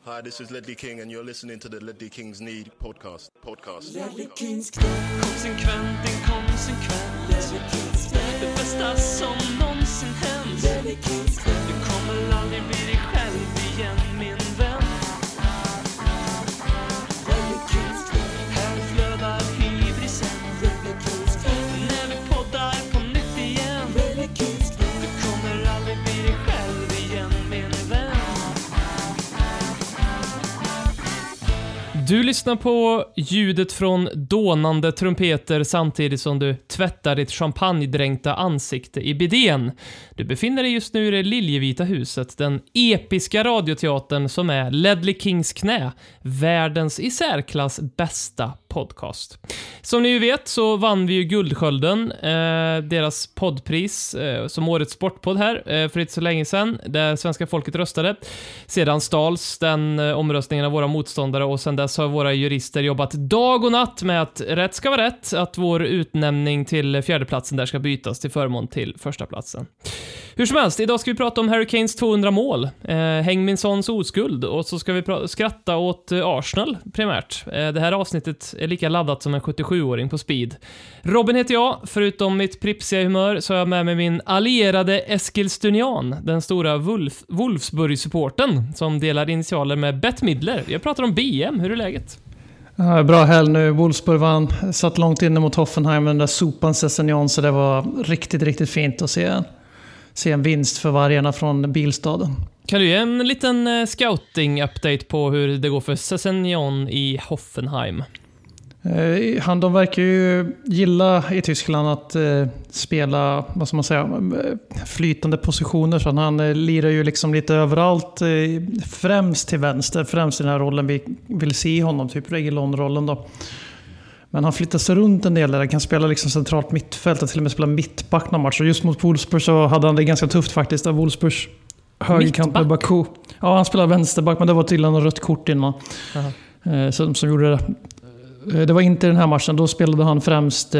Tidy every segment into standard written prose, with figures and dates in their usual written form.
Hi, this is Ledley King and you're listening to the Ledley Kings Need podcast. Ledley Kings knä. Konsekvent, inkonsekvent. Ledley Kings knä. Det bästa som någonsin hänt. Ledley Kings knä. Du kommer aldrig bli dig själv igen, min vän. Ledley Kings knä. Här flödar hybrisen. Ledley Kings knä. När vi poddar på nytt igen. Ledley Kings knä. Du kommer aldrig bli dig själv igen, min vän. Du lyssnar på ljudet från dånande trumpeter samtidigt som du tvättar ditt champagnedränkta ansikte i bidén. Du befinner dig just nu i det liljevita huset, den episka radioteatern som är Ledley Kings knä, världens i särklass bästa podcast. Som ni ju vet så vann vi ju Guldskölden, deras poddpris som årets sportpodd här för inte så länge sedan, där svenska folket röstade. Sedan stals den omröstningen av våra motståndare och sedan dess har våra jurister jobbat dag och natt med att rätt ska vara rätt, att vår utnämning till fjärdeplatsen där ska bytas till förmån till första platsen. Hur som helst, idag ska vi prata om Hurricanes 200 mål, Hängminsons oskuld, och så ska vi skratta åt Arsenal primärt. Det här avsnittet är lika laddat som en 77-åring på speed. Robin heter jag, förutom mitt pripsiga humör så har jag med mig min allierade Eskilstunian, den stora Wolfsburg-supporten som delar initialer med Bett Midler. Jag pratar om BM, hur är läget? Ja, bra helg nu. Wolfsburg vann, satt långt inne mot Hoffenheim med den där sopan Sessignon, så det var riktigt, riktigt fint att se en vinst för vargarna från bilstaden. Kan du ge en liten scouting-update på hur det går för Sessignon i Hoffenheim? De verkar ju gilla i Tyskland att spela, vad ska man säga, flytande positioner, så han lirar ju liksom lite överallt, främst till vänster, främst i den här rollen vi vill se honom, typ Reguilon-rollen då. Men han flyttar sig runt en del där, kan spela liksom centralt mittfält och till och med spela mittback någon match. Och just mot Wolfsburg så hade han det ganska tufft faktiskt, av Wolfsburgs högerkant med Baku. Ja, han spelar vänsterback, men det var tydligen något rött kort innan. Som gjorde det. Det var inte den här matchen, då spelade han främst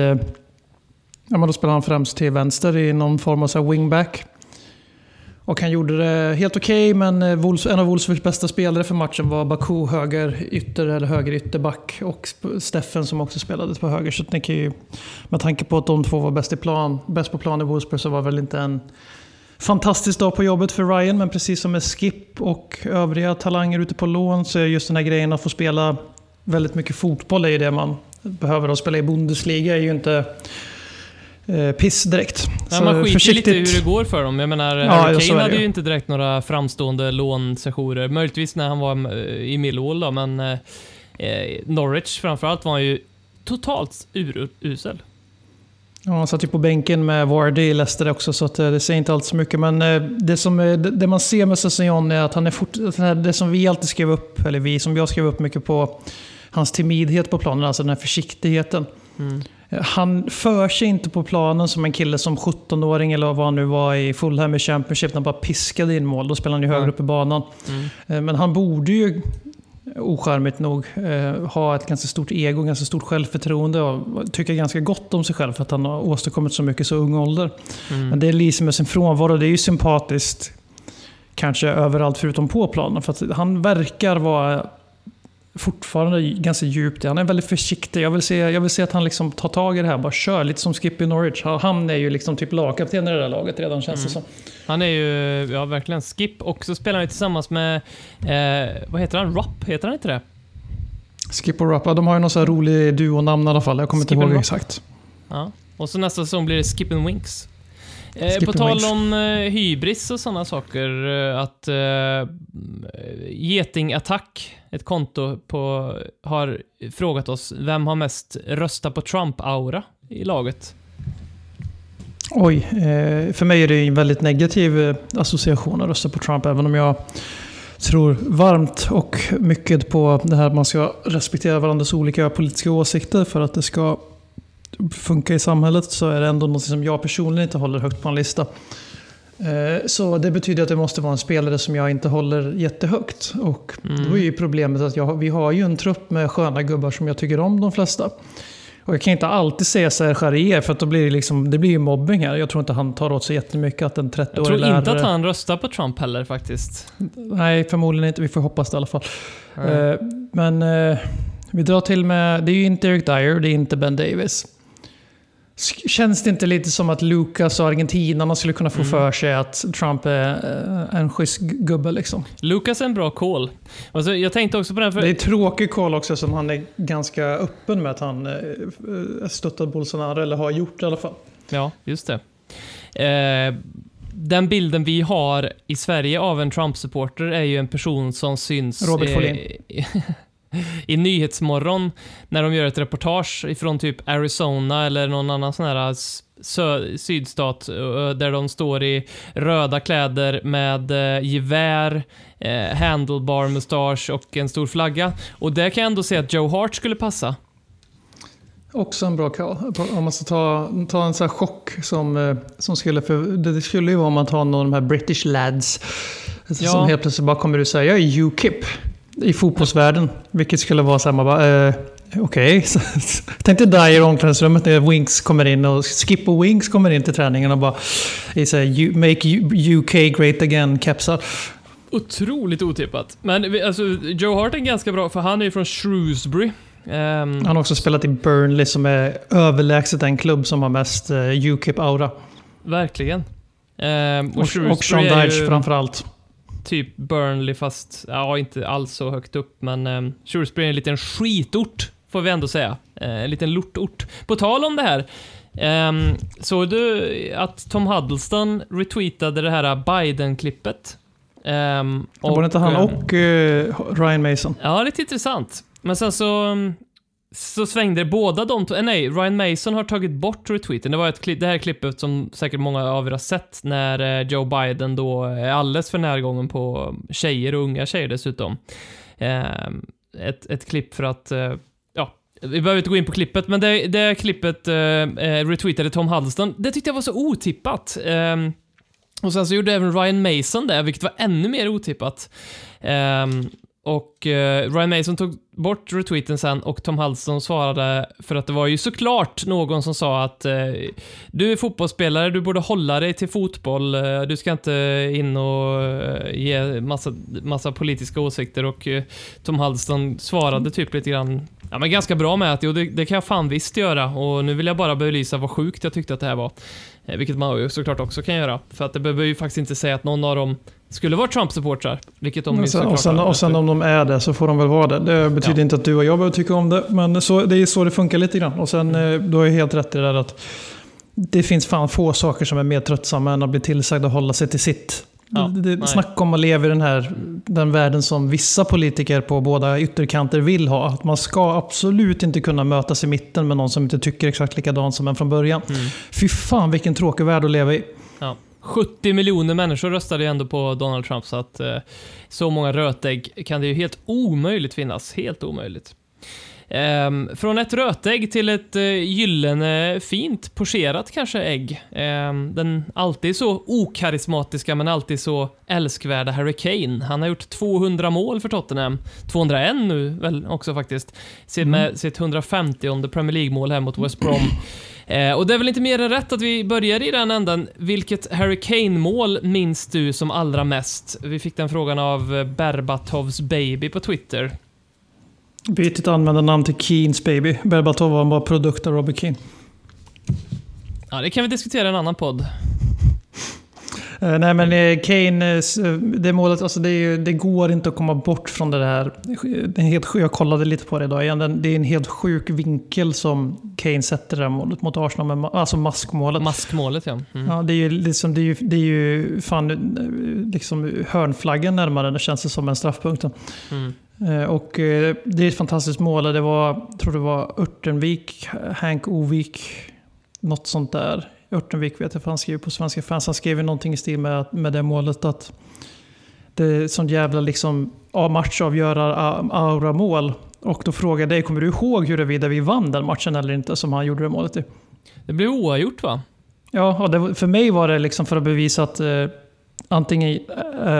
till vänster i någon form av så här wingback. Och han gjorde det helt okej, men en av Wolfsburgs bästa spelare för matchen var Baku, höger ytterback, och Steffen som också spelade på höger. Så det kan ju, med tanke på att de två var bäst på plan i Wolfsburg, så var väl inte en fantastisk dag på jobbet för Ryan, men precis som med Skip och övriga talanger ute på lån så är just den här grejen att få spela väldigt mycket fotboll är ju det man behöver, att spela i Bundesliga är ju inte piss direkt. Ja, man skiter lite hur det går för dem. Jag menar, Hurricane hade ju inte direkt några framstående lånsessioner. Möjligtvis när han var i Millwall då, men Norwich framförallt var ju totalt usel. Ja, han satt ju på bänken med Vardy i Leicester också, så att det säger inte allt så mycket. Men det man ser med Sessignon är att han är det som vi alltid skrev upp, eller som jag skrev upp mycket på, hans timidhet på planen, alltså den här försiktigheten. Han för sig inte på planen som en kille som 17-åring eller vad han nu var i Fulham i Championship, när han bara piskade in mål. Då spelar han ju högre upp i banan. Men han borde ju ocharmigt nog ha ett ganska stort ego, ganska stort självförtroende och tycker ganska gott om sig själv för att han har åstadkommit så mycket så ung ålder. Men det lyser med sin frånvaro. Det är ju sympatiskt kanske överallt förutom på planen, för att han verkar vara fortfarande ganska djupt. Han är väldigt försiktig. Jag vill se att han liksom tar tag i det här, bara kör lite som Skip i Norwich. Han är ju liksom typ lagkapten i det där laget redan, känns det som. Han är ju verkligen Skip, och så spelar han tillsammans med vad heter han? Rupp, heter han inte det? Skip och Rupp, de har ju någon så här rolig duonamn i alla fall. Jag kommer inte ihåg exakt. Ja, och så nästa säsong blir det Skip and Winks. På tal om hybris och sådana saker, att Getingattack, ett konto har frågat oss, vem har mest rösta på Trump-aura i laget? Oj, för mig är det en väldigt negativ association att rösta på Trump, även om jag tror varmt och mycket på det här att man ska respektera varandras olika politiska åsikter för att det ska funka i samhället, så är det ändå något som jag personligen inte håller högt på en lista. Så det betyder att det måste vara en spelare som jag inte håller jättehögt. Och då är ju problemet att vi har ju en trupp med sköna gubbar som jag tycker om, de flesta. Och jag kan inte alltid säga Serge Aurier, för att då blir det, liksom, det blir ju mobbing här. Jag tror inte han tar åt sig jättemycket att en 30-årig lärare... Jag tror inte lärare... att han röstar på Trump heller faktiskt. Nej, förmodligen inte. Vi får hoppas det i alla fall. Men vi drar till med... Det är ju inte Eric Dyer, det är inte Ben Davis. Känns det inte lite som att Lucas och argentinarna skulle kunna få för sig att Trump är en schysst gubbe liksom? Lucas är en bra call. Alltså, jag tänkte också på den för... Det är tråkig call också, som han är ganska öppen med att han stöttat Bolsonaro, eller har gjort i alla fall. Ja, just det. Den bilden vi har i Sverige av en Trump-supporter är ju en person som syns... Robert Folin. I Nyhetsmorgon när de gör ett reportage ifrån typ Arizona eller någon annan sån här sydstat där de står i röda kläder med gevär, handlebar mustasch och en stor flagga. Och där kan jag ändå säga att Joe Hart skulle passa. Också en bra call. Om man ska ta en sån här chock som skulle... Det skulle ju vara om man tar någon av de här British lads som helt plötsligt bara kommer ut och säger jag är UKIP i fotbollsvärlden, vilket skulle vara samma bara okej. Tänkte där i omklädningsrummet när Winks kommer in och Skip och Winks kommer in till träningen och bara make UK great again, kepsar. Otroligt otippat. Men alltså, Joe Hart är ganska bra, för han är ju från Shrewsbury. Han har också spelat i Burnley, som är överlägset en klubb som har mest UKIP-aura. Verkligen. Och Sean Dyche framförallt. Typ Burnley, fast inte alls så högt upp, men Shrewsbury är en liten skitort, får vi ändå säga. En liten lortort. På tal om det här, såg du att Tom Huddleston retweetade det här Biden-klippet? Var det inte han och Ryan Mason? Ja, lite intressant. Men sen så svängde båda de... Nej, Ryan Mason har tagit bort retweeten. Det var det här klippet som säkert många av er har sett, när Joe Biden då är alldeles för närgången på tjejer och unga tjejer dessutom. Ett klipp för att... vi behöver inte gå in på klippet, men det klippet retweetade Tom Huddleston. Det tyckte jag var så otippat. Och sen så gjorde även Ryan Mason det, vilket var ännu mer otippat. Och Ryan Mason tog bort retweeten sen, och Tom Huddleston svarade, för att det var ju såklart någon som sa att du är fotbollsspelare, du borde hålla dig till fotboll, du ska inte in och ge massa politiska åsikter. Och Tom Huddleston svarade typ lite grann, men ganska bra med att det kan jag fan visst göra, och nu vill jag bara belysa vad sjukt jag tyckte att det här var. Vilket man ju såklart också kan göra, för att det behöver ju faktiskt inte säga att någon av dem skulle vara Trump-supportrar, vilket de och sen om de är det, så får de väl vara det. Det betyder inte att du och jag behöver tycka om det, men det är så det funkar lite grann. Och sen då är jag helt rätt i det där att det finns fan få saker som är mer tröttsamma än att bli tillsagd att hålla sig till sitt. Snack om att leva i den världen som vissa politiker på båda ytterkanter vill ha. Att man ska absolut inte kunna mötas i mitten med någon som inte tycker exakt likadant som en från början. Fy fan, vilken tråkig värld att leva i. Ja. 70 miljoner människor röstade ju ändå på Donald Trump, så att så många rötägg kan det ju helt omöjligt finnas. Helt omöjligt. Från ett rötägg till ett gyllene, fint pocherat kanske ägg. Den alltid så okarismatiska men alltid så älskvärda Harry Kane. Han har gjort 200 mål för Tottenham. 201 nu väl också faktiskt. Med sitt 150:e Premier League-mål här mot West Brom. Och det är väl inte mer än rätt att vi börjar i den änden. Vilket Harry Kane-mål minns du som allra mest? Vi fick den frågan av Berbatovs baby på Twitter. Byt ett användarnamn till Keens baby. Berbatov var bara produkt av Robbie Keane. Ja, det kan vi diskutera i en annan podd. Nej, men Kane, det målet, alltså det går inte att komma bort från det här. Jag kollade lite på det idag igen. Det är en helt sjuk vinkel som Kane sätter det här målet mot Arsenal, alltså maskmålet. Maskmålet, ja. Ja, det är ju fan liksom hörnflaggen närmare, det känns som en straffpunkt. Och det är ett fantastiskt mål. Tror det var Örtenvik, Hank Ovik, något sånt där. Örtenvik vet jag, för han skrev på Svenska fans. Han skrev någonting i stil med det målet att det är sånt jävla liksom matchavgörar-aura-mål. Och då frågade jag dig, kommer du ihåg huruvida vi vann den matchen eller inte, som han gjorde det målet i? Det blev oavgjort, va? Ja, och för mig var det liksom för att bevisa att antingen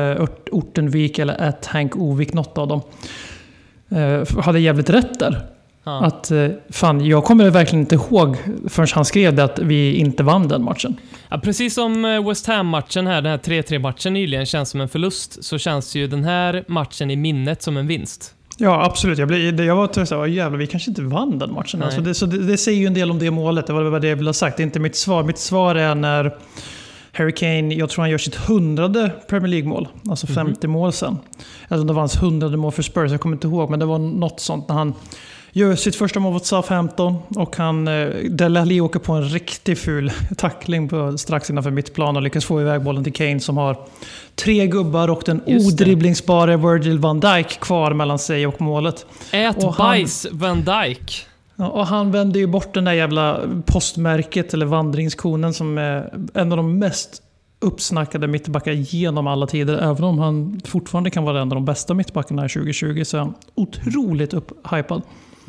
Örtenvik eller Hank Ovik, något av dem, hade jävligt rätt där. Ja. Att, fan, jag kommer verkligen inte ihåg förrän han skrev det att vi inte vann den matchen. Ja, precis som West Ham-matchen här, den här 3-3-matchen nyligen känns som en förlust, så känns ju den här matchen i minnet som en vinst. Ja, absolut. Jag var så här, jävlar, vi kanske inte vann den matchen. Alltså det säger ju en del om det målet. Det var det jag ville ha sagt. Det är inte mitt svar. Mitt svar är när Harry Kane, jag tror han gör sitt 100:e Premier League-mål. Alltså 50 mål sen. Alltså det var hans 100:e mål för Spurs, jag kommer inte ihåg. Men det var något sånt när han gör sitt första mål mot Southampton. Och Dele Alli åker på en riktigt ful tackling strax innanför mittplan och lyckas få iväg bollen till Kane som har 3 gubbar och den odribblingsbara Virgil van Dijk kvar mellan sig och målet. Bajs Van Dijk. Ja, och han vände ju bort den där jävla postmärket eller vandringskonen som är en av de mest uppsnackade mittbackar genom alla tider. Även om han fortfarande kan vara en av de bästa mittbackarna 2020 så är han otroligt upphypad.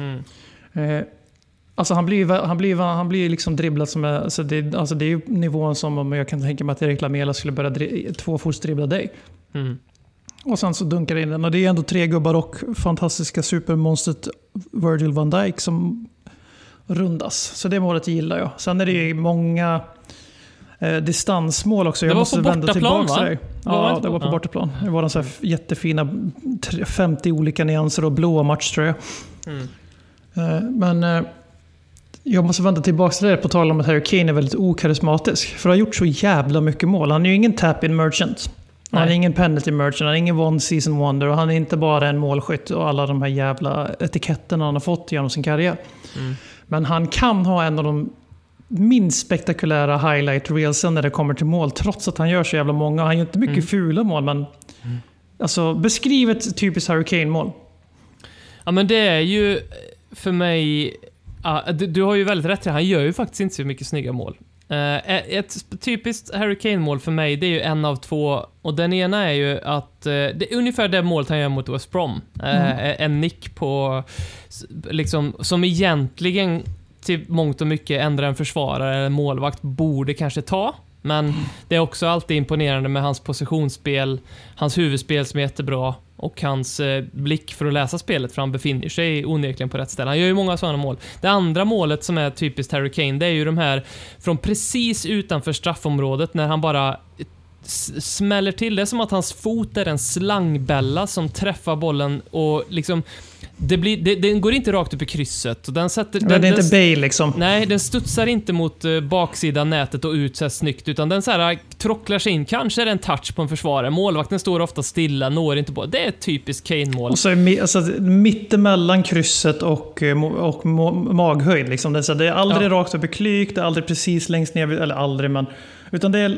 Alltså han blir liksom dribblad som alltså det är ju nivån som om jag kan tänka mig att Erik Lamela skulle börja 2-fots-dribbla dig. Och sen så dunkar in den. Och det är ändå 3 gubbar och fantastiska supermonstret Virgil van Dijk som rundas. Så det målet gillar jag. Sen är det ju många distansmål också. Jag måste vända tillbaka dig. Ja, det var på bortaplan. Det var en så här jättefina 50 olika nyanser och blåa matchtröja. Men jag måste vända tillbaka till det på tal om att Harry Kane är väldigt okarismatisk. För han har gjort så jävla mycket mål. Han är ju ingen tap-in merchant. Han är ingen penalty merchant, han är ingen one season wonder och han är inte bara en målskytt och alla de här jävla etiketterna han har fått genom sin karriär. Men han kan ha en av de minst spektakulära highlight reelsen när det kommer till mål trots att han gör så jävla många. Han gör inte mycket fula mål, men alltså beskriv ett typiskt Harry Kane-mål. Ja, men det är ju för mig du har ju väldigt rätt. Han gör ju faktiskt inte så mycket snygga mål. Ett typiskt Harry Kane-mål för mig, det är ju en av 2. Och den ena är ju att det är ungefär det målet han gör mot West Brom. En nick på liksom, som egentligen till mångt och mycket ändrar en försvarare eller en målvakt borde kanske ta. Men det är också alltid imponerande med hans positionsspel, hans huvudspel som är jättebra och hans blick för att läsa spelet, för han befinner sig onekligen på rätt ställe. Han gör ju många sådana mål. Det andra målet som är typiskt Harry Kane, det är ju de här från precis utanför straffområdet när han bara smäller till. Det är som att hans fot är en slangbälla som träffar bollen och liksom den går inte rakt upp i krysset och den sätter det är inte Bale liksom. Nej, den studsar inte mot baksidan nätet och ut så här snyggt, utan den så här trocklar sig in. Kanske är det en touch på en försvarare. Målvakten står ofta stilla, når inte på. Det är ett typiskt Kane-mål. Och så alltså, mittemellan krysset och maghöjd liksom. Det är aldrig rakt upp i klyk, det är aldrig precis längst ner, eller aldrig, men utan det är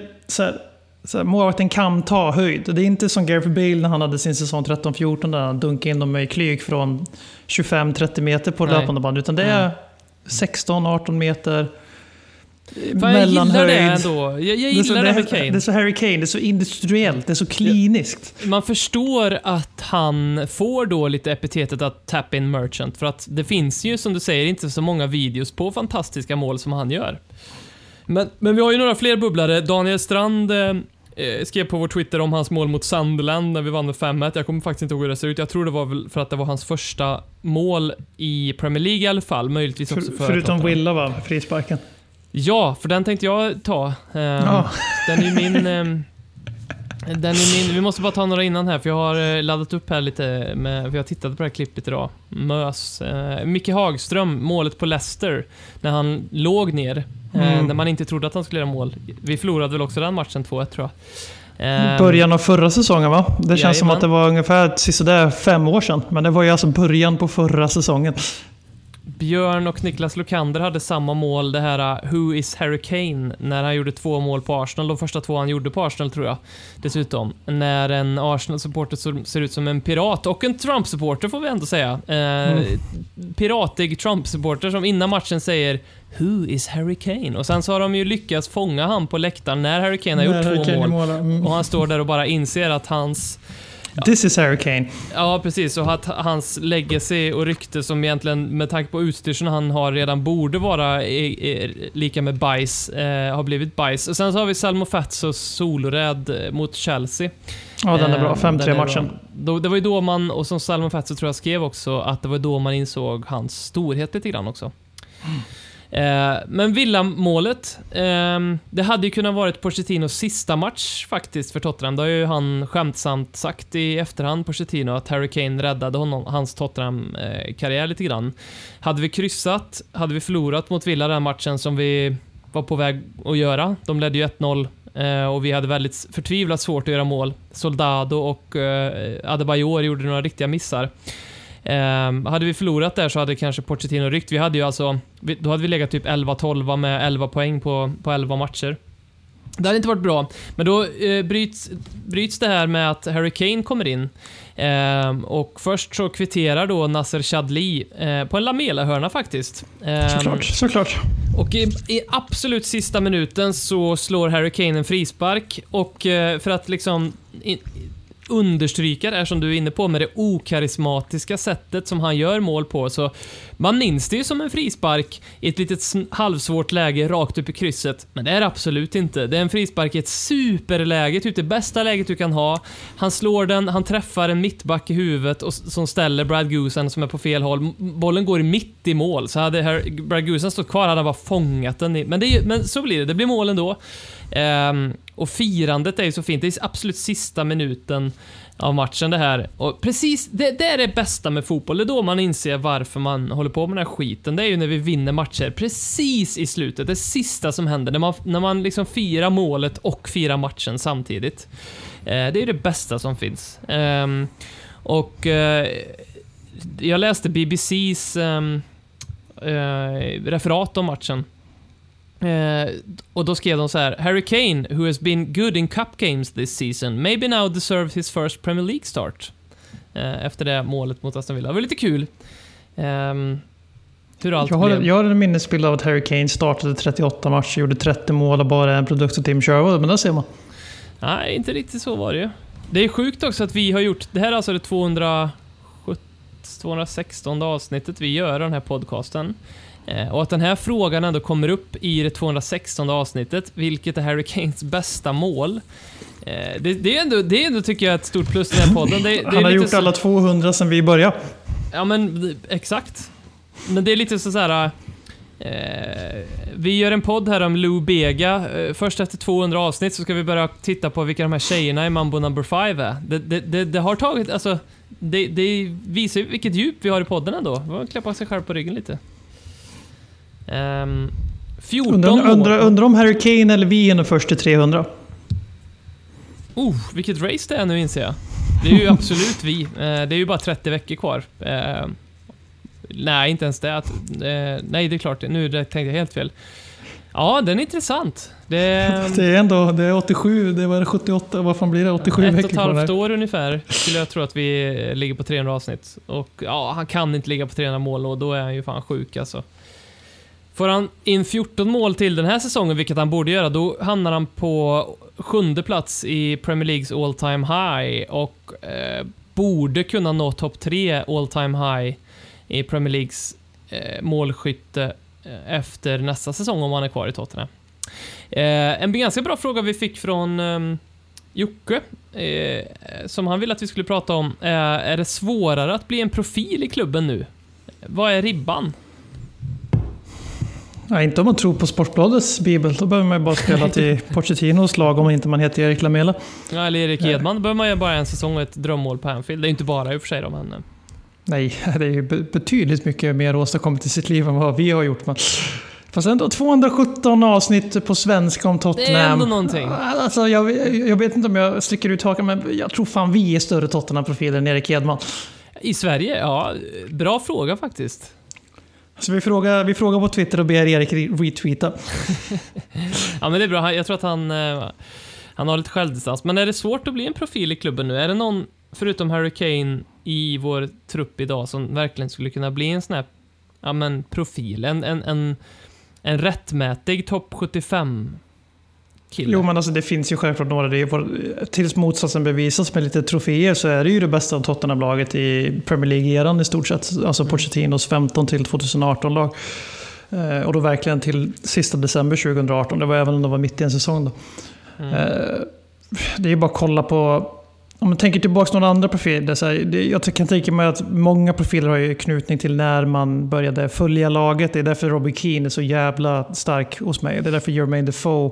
så här, målvakten kan ta höjd. Det är inte som Gareth Bale när han hade sin säsong 13-14 där han dunkade in dem i klyk från 25-30 meter på löpande band, utan det är 16-18 meter mellanhöjd. Jag gillar det ändå. Jag gillar det med Kane. Det är så Harry Kane, det är så industriellt, det är så kliniskt. Man förstår att han får då lite epitetet att tap-in merchant, för att det finns ju, som du säger, inte så många videos på fantastiska mål som han gör. Men vi har ju några fler bubblare. Daniel Strand skrev på vår Twitter om hans mål mot Sunderland när vi vann med 5-1. Jag kommer faktiskt inte ihåg hur det ser ut. Jag tror det var väl för att det var hans första mål i Premier League i alla fall. Möjligtvis också förutom Villa, va? Frisparken. Ja, för den tänkte jag ta. Den är ju min... vi måste bara ta några innan här, för jag har laddat upp här lite för jag har tittat på det här klippet idag. Micke Hagström, målet på Leicester när han låg ner när man inte trodde att han skulle göra mål. Vi förlorade väl också den matchen 2-1 tror jag. Början av förra säsongen, va? Det känns som att det var ungefär sådär 5 år sedan, men det var ju alltså början på förra säsongen. Björn och Niklas Lukander hade samma mål, det här Who is Harry Kane, när han gjorde 2 mål på Arsenal. De första 2 han gjorde på Arsenal tror jag. Dessutom, när en Arsenal-supporter ser ut som en pirat och en Trump-supporter får vi ändå säga. Piratig Trump-supporter som innan matchen säger Who is Harry Kane? Och sen så har de ju lyckats fånga han på läktaren när Harry Kane har gjort 2 mål. Och han står där och bara inser att hans This is Harry Kane. Ja, precis. Och att hans legacy och rykte som egentligen med tanke på utstyrseln han har redan borde vara lika med bajs, har blivit bajs. Och sen så har vi Salmo Fatsos soloräd mot Chelsea. Ja, den är bra. 5-3 matchen. Det var ju då man, och som Salmo Fatso tror jag skrev också, att det var då man insåg hans storhet lite grann också. Men Villa-målet, det hade ju kunnat varit Pochettinos sista match faktiskt för Tottenham. Det har ju han skämtsamt sagt i efterhand, Pochettino, att Harry Kane räddade hans Tottenham-karriär lite grann. Hade vi kryssat, hade vi förlorat mot Villa den matchen som vi var på väg att göra. De ledde ju 1-0 och vi hade väldigt förtvivlat svårt att göra mål. Soldado och Adebayor gjorde några riktiga missar. Hade vi förlorat där så hade kanske Pochettino ryckt. Vi hade ju alltså, då hade vi legat typ 11-12 med 11 poäng på 11 matcher. Det hade inte varit bra. Men då bryts det här med att Harry Kane kommer in. Och först så kvitterar då Nasser Chadli på en Lamela-hörna faktiskt. Såklart. Och i absolut sista minuten så slår Harry Kane en frispark. Och för att liksom understryka det här som du är inne på med det okarismatiska sättet som han gör mål på, så man minns det ju som en frispark i ett litet halvsvårt läge rakt upp i krysset, men det är absolut inte. Det är en frispark i ett superläge, typ det bästa läget du kan ha. Han slår den, han träffar en mittback i huvudet och som ställer Brad Goosen som är på fel håll. Bollen går mitt i mål, så hade Brad Goosen stått kvar hade han bara fångat den men så blir det blir mål ändå. Och firandet är ju så fint. Det är absolut sista minuten av matchen det här. Och precis, det är det bästa med fotboll. Det är då man inser varför man håller på med den här skiten. Det är ju när vi vinner matcher precis i slutet. Det sista som händer när man liksom firar målet och firar matchen samtidigt. Det är det bästa som finns. Jag läste BBCs referat om matchen. Och då skrev de så här: Harry Kane, who has been good in cup games this season, maybe now deserves his first Premier League start. Efter det målet mot Aston Villa. Det var lite kul. Hur allt blev. Jag har en minnesbild av att Harry Kane startade 38 matcher, gjorde 30 mål och bara en produkt av Tim Sherwood, men där ser man. Nej, inte riktigt så var det ju. Det är sjukt också att vi har gjort, det här är alltså det 216 avsnittet vi gör den här podcasten. Och att den här frågan ändå kommer upp i det 216 avsnittet, vilket är Harry Kanes bästa mål. Det är ändå tycker jag ett stort plus i den här podden. Han har gjort alla 200 sedan vi började. Ja, men exakt. Men det är lite så här. Vi gör en podd här om Lou Bega. Först efter 200 avsnitt så ska vi börja titta på vilka de här tjejerna i Mambo Number 5 är. Det har tagit, alltså det visar ju vilket djup vi har i podden ändå. Man klappar sig själv på ryggen lite. 14 undrar om Harry Kane eller vi är den först till 300. Vilket race det är nu, inser jag. Det är ju absolut vi. Det är ju bara 30 veckor kvar. Nej, inte ens det. Nej, det är klart. Nu tänkte jag helt fel. Ja, den är intressant. Det är 87, det var 78. Vad fan blir det? 87 veckor kvar. 1,5 år ungefär skulle jag tro att vi ligger på 300 avsnitt. Och ja, han kan inte ligga på 300 mål och då är han ju fan sjuk alltså. Får han in 14 mål till den här säsongen, vilket han borde göra, då hamnar han på 7:e plats i Premier Leagues all-time high och borde kunna nå topp 3 all-time high i Premier Leagues målskytte efter nästa säsong om han är kvar i Tottenham. En ganska bra fråga vi fick från Jocke, som han ville att vi skulle prata om. Är det svårare att bli en profil i klubben nu? Vad är ribban? Nej, inte om man tror på Sportbladets bibel. Då behöver man ju bara spela till Pochettinos lag om inte man heter Erik Lamela. Ja, eller Erik Edman. Då behöver man ju bara en säsong och ett drömmål på Anfield. Det är inte bara i och för sig då, men... Nej, det är ju betydligt mycket mer åstadkommit i sitt liv än vad vi har gjort. Men... Fast ändå 217 avsnitt på svenska om Tottenham. Det är ändå någonting. Alltså, jag vet inte om jag sticker ut hakan, men jag tror fan vi är större Tottenham-profiler än Erik Edman. I Sverige? Ja, bra fråga faktiskt. Så vi frågar på Twitter och ber Erik retweeta. Ja, men det är bra. Jag tror att han har lite självdistans. Men är det svårt att bli en profil i klubben nu? Är det någon, förutom Harry Kane, i vår trupp idag som verkligen skulle kunna bli en sån här profil? En rättmätig topp 75 kille. Jo, men alltså det finns ju självklart några. Tills motsatsen bevisas med lite troféer så är det ju det bästa av Tottenham-laget i Premier League-eran i stort sett. Alltså Pochettinos 15 till 2018-lag. Och då verkligen till sista december 2018. Det var även om det var mitt i en säsong då. Det är ju bara att kolla på... Om man tänker tillbaka till några andra profiler. Jag kan tänka mig att många profiler har ju knutning till när man började följa laget. Det är därför Robbie Keane är så jävla stark hos mig. Det är därför Jermaine Defoe.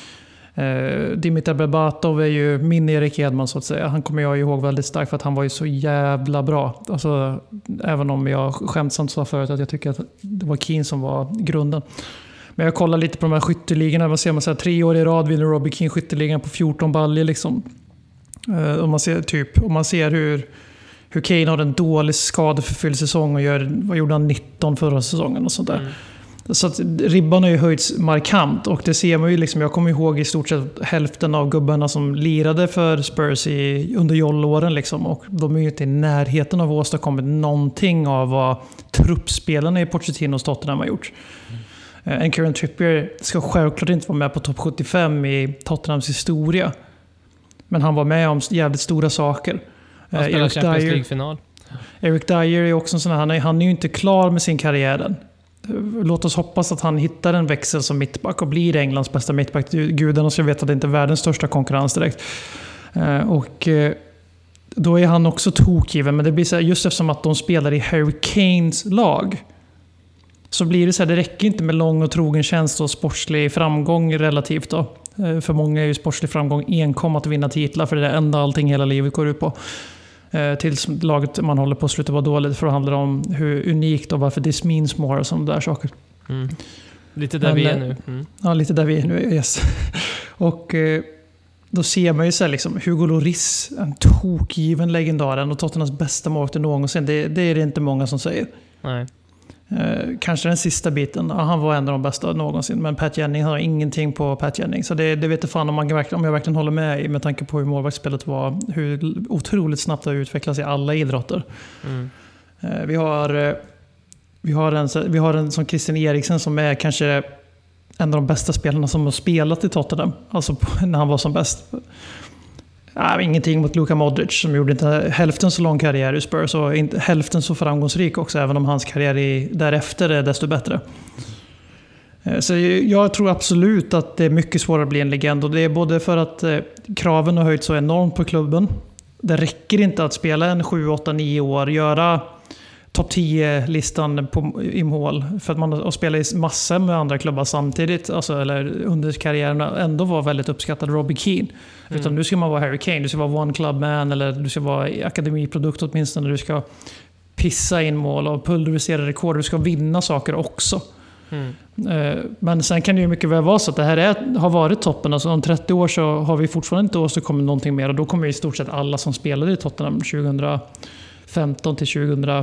Dimitar Berbatov är ju min Erik Edman så att säga. Han kommer jag ihåg väldigt starkt för att han var ju så jävla bra. Alltså, även om jag skämtsamt sa förut att jag tycker att det var Keane som var grunden. Men jag kollar lite på de här skytteligorna. Man ser 3 år i rad vinner Robbie Keane skytteligan på 14 baljor liksom. Om man ser hur Kane har en dålig skadeförfylld säsong och vad gjorde han 19 förra säsongen och sånt där. Så att ribban har ju höjts markant och det ser man ju liksom, jag kommer ihåg i stort sett hälften av gubbarna som lirade för Spurs under jollåren liksom, och de är ju inte i närheten av att åstadkomma någonting av vad truppspelarna i Pochettinos Tottenham har gjort. En Kieran Trippier ska självklart inte vara med på topp 75 i Tottenhams historia. Men han var med om jävligt stora saker. Han spelar Champions League-final. Eric Dyer är också en sån här, han är ju inte klar med sin karriär än. Låt oss hoppas att han hittar en växel som mittback och blir Englands bästa mittback. Gudarna ska veta att det inte är världens största konkurrens direkt. Och då är han också tokgiven. Men det blir så här, just eftersom att de spelar i Harry Kanes lag, så blir det så här, det räcker inte med lång och trogen tjänst och sportslig framgång relativt då. För många är ju sportslig framgång enkom att vinna titlar, för det är det enda allting hela livet går ut på. Tills laget man håller på att sluta vara dåligt, för det handlar om hur unikt och varför this means more och sådana där saker. Lite där vi är nu. Ja, lite där vi är nu, yes. Och då ser man ju så här, liksom, Hugo Lloris, en tokgiven legendaren och Tottenhams bästa målvakt någonsin. Det är det inte många som säger. Nej. Kanske den sista biten. Ja, han var en av de bästa någonsin. Men Pat Jennings har ingenting på Pat Jennings. Så det vet jag fan om jag verkligen håller med tanke på hur målvaktsspelet var. Hur otroligt snabbt det har utvecklats i alla idrotter. Vi har en som Christian Eriksen som är kanske en av de bästa spelarna som har spelat i Tottenham. Alltså när han var som bäst. Ingenting mot Luka Modric som gjorde inte hälften så lång karriär i Spurs och inte hälften så framgångsrik också, även om hans karriär därefter är desto bättre. Så jag tror absolut att det är mycket svårare att bli en legend, och det är både för att kraven har höjt så enormt på klubben. Det räcker inte att spela en 7, 8, 9 år, göra topp 10-listan i mål för att man har spelat i massor med andra klubbar samtidigt, alltså, eller under karriären ändå var väldigt uppskattad Robbie Keane. Utan nu ska man vara Harry Kane, du ska vara one club man, eller du ska vara akademiprodukt åtminstone, du ska pissa in mål och pulverisera rekord, du ska vinna saker också. Men sen kan det ju mycket väl vara så att det här har varit toppen. Alltså om 30 år så har vi fortfarande inte åstadkommit någonting mer, och då kommer i stort sett alla som spelade i Tottenham 2015 till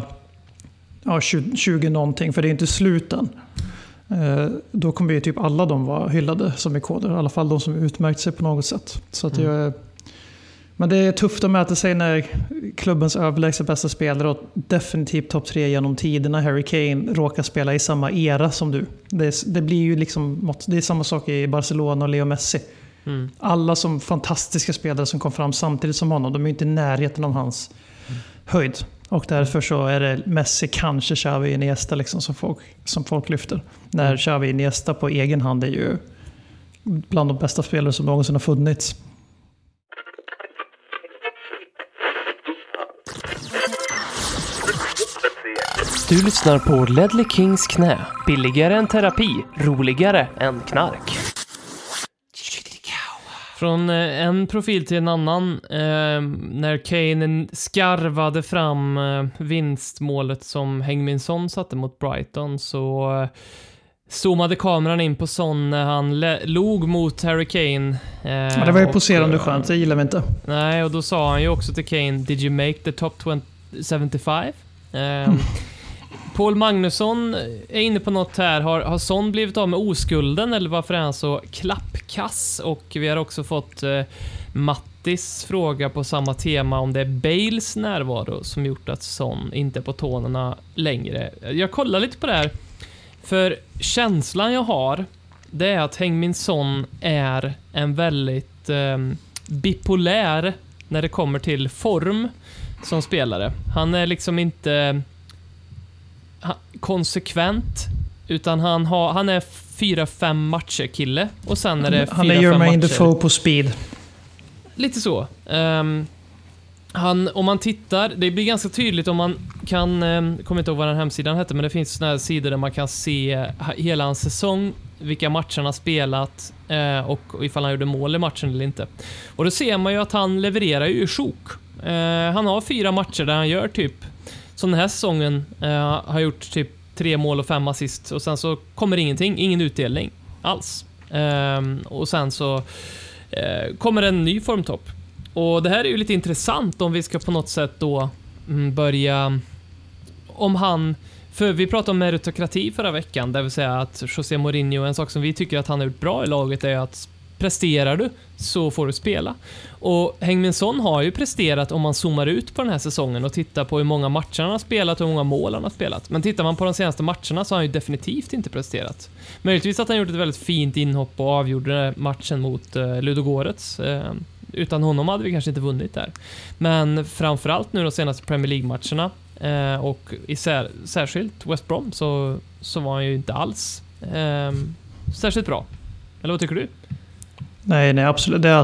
2020 någonting, för det är inte sluten. Då kommer ju typ alla de vara hyllade som ikoner, i alla fall de som utmärkt sig på något sätt. Så att men det är tufft att mäta sig när klubbens överlägset bästa spelare och definitivt topp 3 genom tiderna, Harry Kane, råkar spela i samma era som du. Det blir ju liksom, det är samma sak i Barcelona och Leo Messi. Alla som fantastiska spelare som kom fram samtidigt som honom, de är inte i närheten av hans höjd. Och därför så är det Messi, kanske Xavi, Iniesta liksom som folk lyfter. När Xavi, Iniesta på egen hand är ju bland de bästa spelare som någonsin har funnits. Du lyssnar på Ledley Kings knä. Billigare än terapi, roligare än knark. Från en profil till en annan, när Kane skarvade fram vinstmålet som Heung-min Son satte mot Brighton, så zoomade kameran in på Son när han log mot Harry Kane. Det var ju poserande skönt, det gillar vi inte. Nej, och då sa han ju också till Kane, did you make the top 75? Paul Magnusson är inne på något här. Har Son blivit av med oskulden, eller varför är han så klappkass? Och vi har också fått Mattis fråga på samma tema, om det är Bales närvaro som gjort att Son inte är på tårna längre. Jag kollar lite på det här, för känslan jag har det är att Heung-min Son är en väldigt bipolär när det kommer till form som spelare. Han är liksom inte konsekvent, utan han är 4-5 matcher kille, och sen är det 4-5 matcher. Han är Jermaine Defoe på speed. Lite så. Om man tittar, det blir ganska tydligt om man kan, kommer inte ihåg vad den hemsidan hette, men det finns såna här sidor där man kan se hela en säsong, vilka matcher han har spelat och ifall han gjorde mål i matchen eller inte. Och då ser man ju att han levererar ju i sjok. Han har 4 matcher där han gör typ, som den här säsongen har gjort typ 3 mål och 5 assist, och sen så kommer ingen utdelning alls. Och sen så kommer en ny formtopp. Och det här är ju lite intressant om vi ska på något sätt då börja, om han, för vi pratade om meritokrati förra veckan, det vill säga att José Mourinho, en sak som vi tycker att han har gjort bra i laget är att presterar du så får du spela. Och Heung-min Son har ju presterat om man zoomar ut på den här säsongen och tittar på hur många matcher han har spelat och hur många mål han har spelat. Men tittar man på de senaste matcherna så har han ju definitivt inte presterat. Möjligtvis att han gjort ett väldigt fint inhopp och avgjorde matchen mot Ludogorets. Utan honom hade vi kanske inte vunnit där. Men framförallt nu de senaste Premier League-matcherna och särskilt West Brom så var han ju inte alls särskilt bra. Eller vad tycker du? Nej, absolut. Det är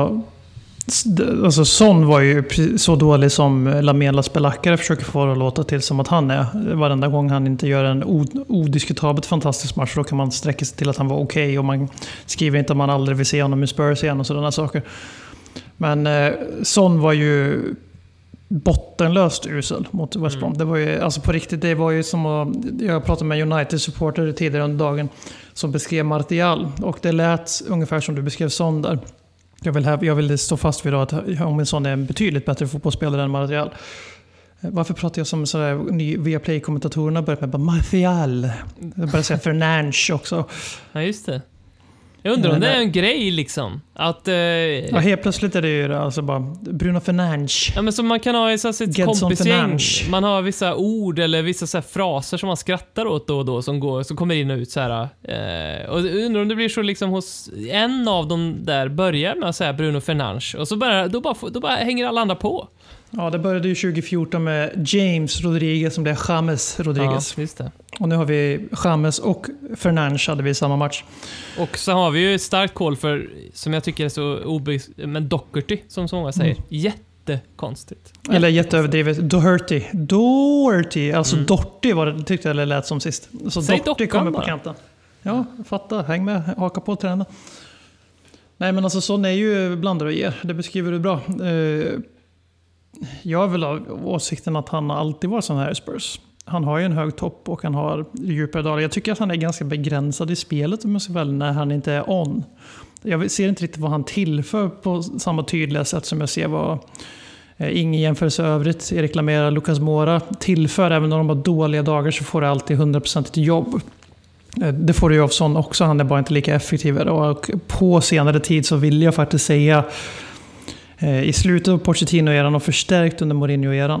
alltså Son var ju så dålig som Lamela spelackare försöker få det att låta till som att han är. Varenda gång han inte gör en odiskutabelt fantastisk match, då kan man sträcka sig till att han var okej, och man skriver inte att man aldrig vill se honom i Spurs igen och sådana saker. Men Son var ju bottenlöst usel mot West Brom. Det var ju, alltså på riktigt, det var ju som att, jag pratade med United-supporter tidigare under dagen som beskrev Martial, och det lät ungefär som du beskrev Son där. Jag vill stå fast vid att Heung-min Son är en betydligt bättre fotbollsspelare än Martial. Varför pratar jag som sådär ny Viaplay-kommentatorerna börjat med bara Martial? Jag börjar säga Fernandes också. Ja, just det. Jag undrar om det är en grej liksom. Att, ja, helt plötsligt är det ju alltså bara Bruno Fernandes. Ja, men som man kan ha i sitt kompisgäng. Man har vissa ord eller vissa så här fraser som man skrattar åt då och då som kommer in och ut så här. Och undrar om det blir så liksom hos en av dem där börjar med att säga Bruno Fernandes, och så då bara hänger alla andra på. Ja, det började ju 2014 med James Rodriguez som blev James Rodriguez. Ja, just det. Och nu har vi James och Fernandes hade vi i samma match. Och så har vi ju ett starkt call för, som jag tycker är så men Doherty, som så många säger. Jättekonstigt. Eller jätteöverdrivet. Doherty. Alltså Doherty var det, tyckte jag det lät som sist. Så Doherty kommer på kanten. Ja, fatta. Häng med. Haka på trenden. Nej, men alltså sån är ju blandar och ger. Det beskriver du bra. Jag vill ha åsikten att han alltid var sån här i Spurs. Han har ju en hög topp och han har djupare dagar. Jag tycker att han är ganska begränsad i spelet när han inte är on. Jag ser inte riktigt vad han tillför på samma tydliga sätt som jag ser vad ingen jämförelse övrigt. Erik Lamela, Lucas Moura tillför. Även när de har dåliga dagar så får det alltid 100% till jobb. Det får du ju av sån också. Han är bara inte lika effektiv. Och på senare tid så vill jag faktiskt säga i slutet av Pochettino-eran och förstärkt under Mourinho-eran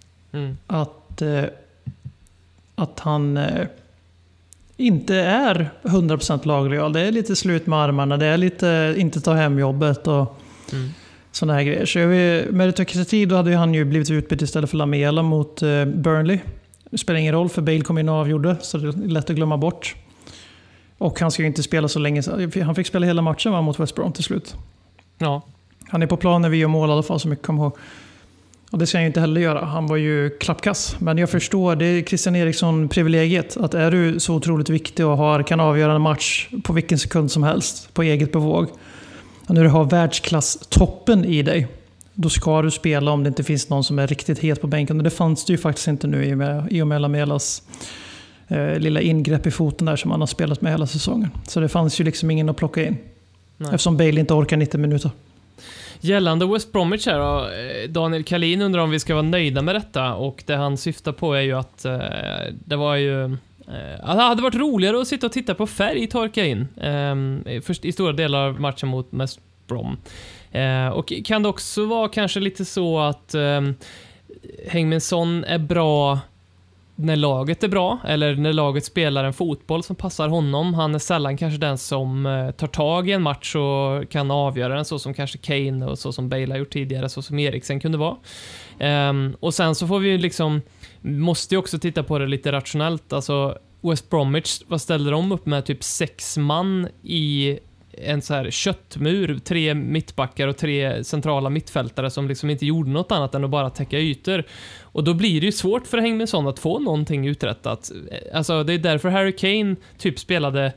att han inte är 100% laglojal. Det är lite slut med armarna, det är lite inte ta hem jobbet och sådana här grejer. Så meritokrati, då hade han ju blivit utbytt istället för Lamela mot Burnley. Det spelar ingen roll för Bale kom in och avgjorde, så det är lätt att glömma bort. Och han ska ju inte spela så länge. Han fick spela hela matchen mot West Brom till slut. Ja. Han är på plan när vi gör mål i alla fall, så mycket kommer ihåg. Och det ska han ju inte heller göra. Han var ju klappkass. Men jag förstår, det är Christian Eriksson-privilegiet. Att är du så otroligt viktig och kan avgöra en match på vilken sekund som helst på eget bevåg. Och när du har världsklasstoppen i dig, då ska du spela om det inte finns någon som är riktigt het på bänken. Och det fanns det ju faktiskt inte nu i och med Lamelas lilla ingrepp i foten där som han har spelat med hela säsongen. Så det fanns ju liksom ingen att plocka in. Nej. Eftersom Bale inte orkar 90 minuter. Gällande West Bromwich här då, Daniel Kalin undrar om vi ska vara nöjda med detta, och det han syftar på är ju att det var ju det hade varit roligare att sitta och titta på färg torka in först i stora delar av matchen mot West Brom. Och kan det också vara kanske lite så att Heung-min Son är bra när laget är bra eller när laget spelar en fotboll som passar honom. Han är sällan kanske den som tar tag i en match och kan avgöra den, så som kanske Kane och så som Bale har gjort tidigare, så som Eriksen kunde vara. Och sen så får vi ju liksom, måste ju också titta på det lite rationellt. Alltså West Bromwich, vad ställer de upp med? Typ 6 man i en så här köttmur, 3 mittbackar och 3 centrala mittfältare som liksom inte gjorde något annat än att bara täcka ytor. Och då blir det ju svårt för Heung-min-Son att få någonting uträttat. Alltså det är därför Harry Kane typ spelade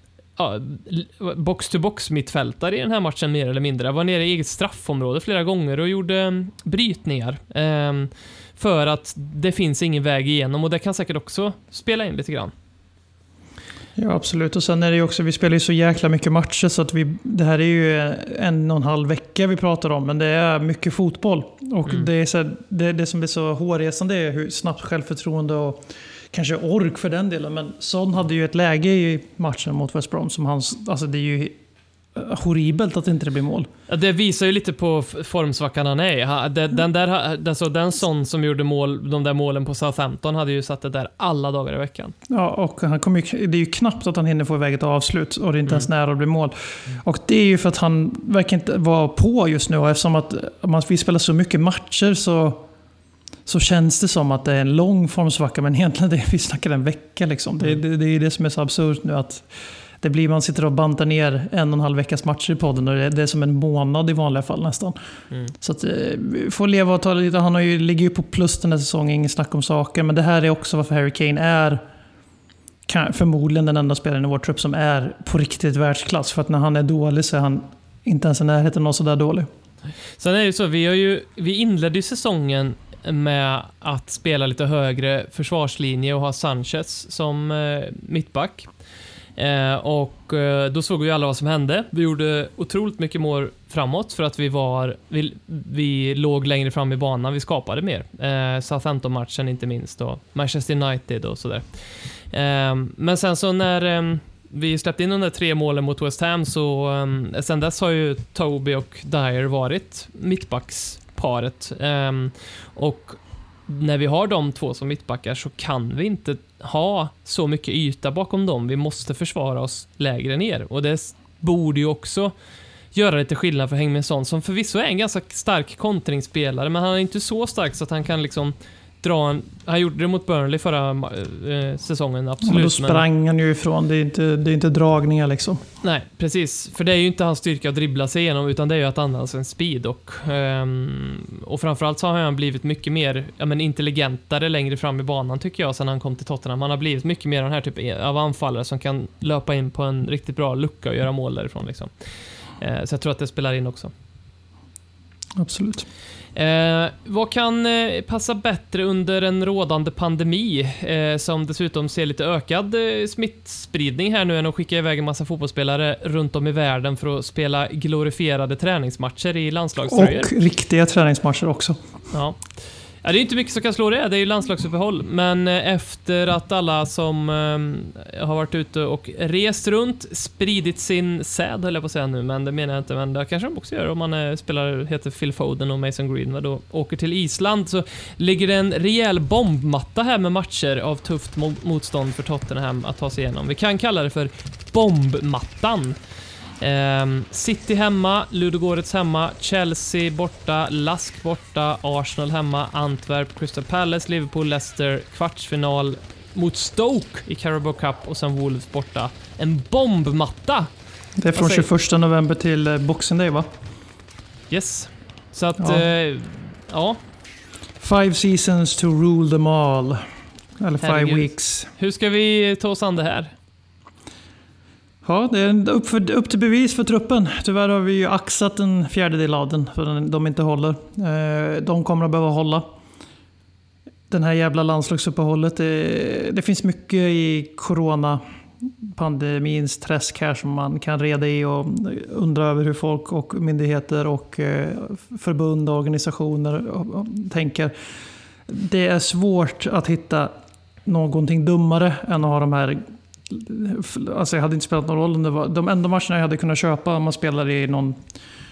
box-to-box mittfältare i den här matchen mer eller mindre. Jag var nere i eget straffområde flera gånger och gjorde brytningar. För att det finns ingen väg igenom, och det kan säkert också spela in lite grann. Ja, absolut. Och sen är det ju också, vi spelar ju så jäkla mycket matcher så att det här är ju 1,5 vecka vi pratar om, men det är mycket fotboll. Och det är så, det som blir så hårresande är hur snabbt självförtroende och kanske ork för den delen. Men Son hade ju ett läge i matchen mot West Brom som alltså det är ju horribelt att inte det blir mål. Ja, det visar ju lite på formsvackan han är. Den Son som gjorde de där målen på Southampton hade ju satt det där alla dagar i veckan. Ja, och det är ju knappt att han hinner få iväg ett avslut och det är inte ens nära att bli mål. Och det är ju för att han verkar inte vara på just nu, och eftersom att vi spelar så mycket matcher så känns det som att det är en lång formsvacka, men egentligen vi snackar en vecka liksom. Det är det som är så absurt nu, att det blir, man sitter och bantar ner 1,5 veckas matcher i podden, och det är som en månad i vanliga fall nästan. Så att får leva och ta lite. Han ligger ju på plus den här säsongen, ingen snack om saker, men det här är också varför Harry Kane är förmodligen den enda spelaren i vår trupp som är på riktigt världsklass, för att när han är dålig så är han inte ens i närheten av så där dålig. Sen är det ju så, vi inledde ju säsongen med att spela lite högre försvarslinje och ha Sanchez som mittback. Och då såg vi alla vad som hände. Vi gjorde otroligt mycket mål framåt för att vi låg längre fram i banan. Vi skapade mer. Southampton-matchen inte minst, och Manchester United och sådär. Men sen så när vi släppte in de där 3 målen mot West Ham, så sen dess har ju Toby och Dyer varit mittbacksparet. Och när vi har de 2 som mittbackar så kan vi inte ha så mycket yta bakom dem. Vi måste försvara oss lägre ner. Och det borde ju också göra lite skillnad för Heung-min-Son, som förvisso är en ganska stark kontringsspelare, men han är inte så stark så att han kan liksom han gjorde det mot Burnley förra säsongen, absolut. Och då sprang han ju ifrån, det är inte dragningar liksom. Nej, precis. För det är ju inte hans styrka att dribbla sig igenom, utan det är ju att använda sin speed. Och framförallt så har han blivit mycket mer intelligentare längre fram i banan, tycker jag, sen han kom till Tottenham. Han har blivit mycket mer den här typen av anfallare som kan löpa in på en riktigt bra lucka och göra mål därifrån liksom. Så jag tror att det spelar in också. Absolut. Vad kan passa bättre under en rådande pandemi som dessutom ser lite ökad smittspridning här nu, än att skicka iväg en massa fotbollsspelare runt om i världen för att spela glorifierade träningsmatcher i landslagströjor. Och riktiga träningsmatcher också. Ja. Ja, det är inte mycket som kan slå det. Det är ju landslagsuppehåll. Men efter att alla som har varit ute och rest runt, spridit sin säd, höll jag på att säga nu, men det menar jag inte. Men det kanske de också gör om man heter Phil Foden och Mason Greenwood och åker till Island, så ligger det en rejäl bombmatta här med matcher av tufft motstånd för Tottenham att ta sig igenom. Vi kan kalla det för bombmattan. City hemma, Ludogorets hemma, Chelsea borta, Lask borta, Arsenal hemma, Antwerp, Crystal Palace, Liverpool, Leicester, kvartsfinal mot Stoke i Carabao Cup och sen Wolves borta. En bombmatta! Det är från 21 november till Boxing Day, va? Yes. Så att, ja. 5 seasons to rule them all. Eller 5 weeks. Hur ska vi ta oss an det här? Ja, det är upp till bevis för truppen. Tyvärr har vi ju axat en fjärdedel av den, för de inte håller. De kommer att behöva hålla. Den här jävla landslagsuppehållet. Det finns mycket i coronapandemins träsk här som man kan reda i och undra över hur folk och myndigheter och förbund och organisationer tänker. Det är svårt att hitta någonting dummare än att ha de här. Alltså jag hade inte spelat någon roll om det var de enda matcherna jag hade kunnat köpa om man spelar i någon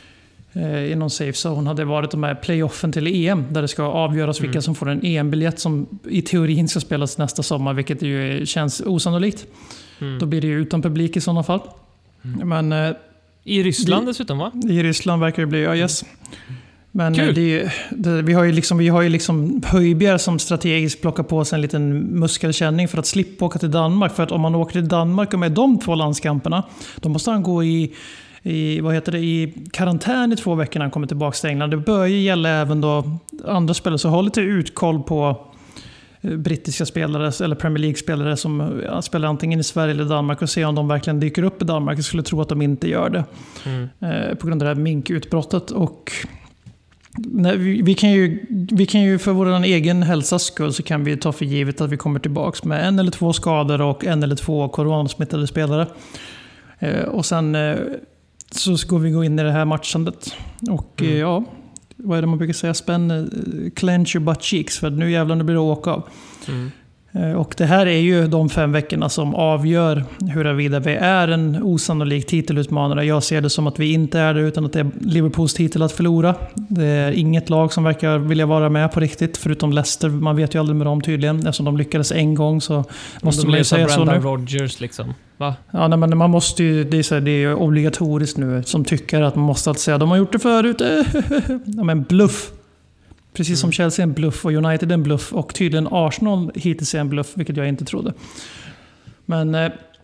i någon safe zone hade varit de här playoffen till EM där det ska avgöras vilka som får en EM-biljett som i teorin ska spelas nästa sommar, vilket ju känns osannolikt. Då blir det ju utan publik i sådana fall. Men i Ryssland dessutom, va? I Ryssland verkar det bli, ja, yes. Men vi har ju liksom Höjbjerg som strategiskt plockar på sig en liten muskelkänning för att slippa åka till Danmark. För att om man åker till Danmark och med de 2 landskamperna, då måste han gå i karantän i 2 veckor när han kommer tillbaka till England. Det bör ju gälla även då andra spelare, så håll lite utkoll på brittiska spelare eller Premier League-spelare som spelar antingen i Sverige eller Danmark och se om de verkligen dyker upp i Danmark. Jag skulle tro att de inte gör det på grund av det här minkutbrottet. Och vi kan ju för vår egen hälsas skull så kan vi ta för givet att vi kommer tillbaka med 1 eller 2 skador och 1 eller 2 coronasmittade spelare. Och sen så ska vi gå in i det här matchandet. Och ja, vad är det man brukar säga? Clench your butt cheeks, för nu jävlar nu blir det åka av. Och det här är ju de 5 veckorna som avgör huruvida vi är en osannolik titelutmanare. Jag ser det som att vi inte är det, utan att det är Liverpools titel att förlora. Det är inget lag som verkar vilja vara med på riktigt, förutom Leicester. Man vet ju aldrig med dem tydligen. Eftersom de lyckades en gång så måste man ju säga så nu. Brendan Rodgers liksom. Va? Ja, nej, men man måste ju, det är ju obligatoriskt nu, som tycker att man måste alltid säga de har gjort det förut. Ja, men bluff. Precis som Chelsea är en bluff och United är en bluff och tydligen Arsenal hittills är en bluff, vilket jag inte trodde. Men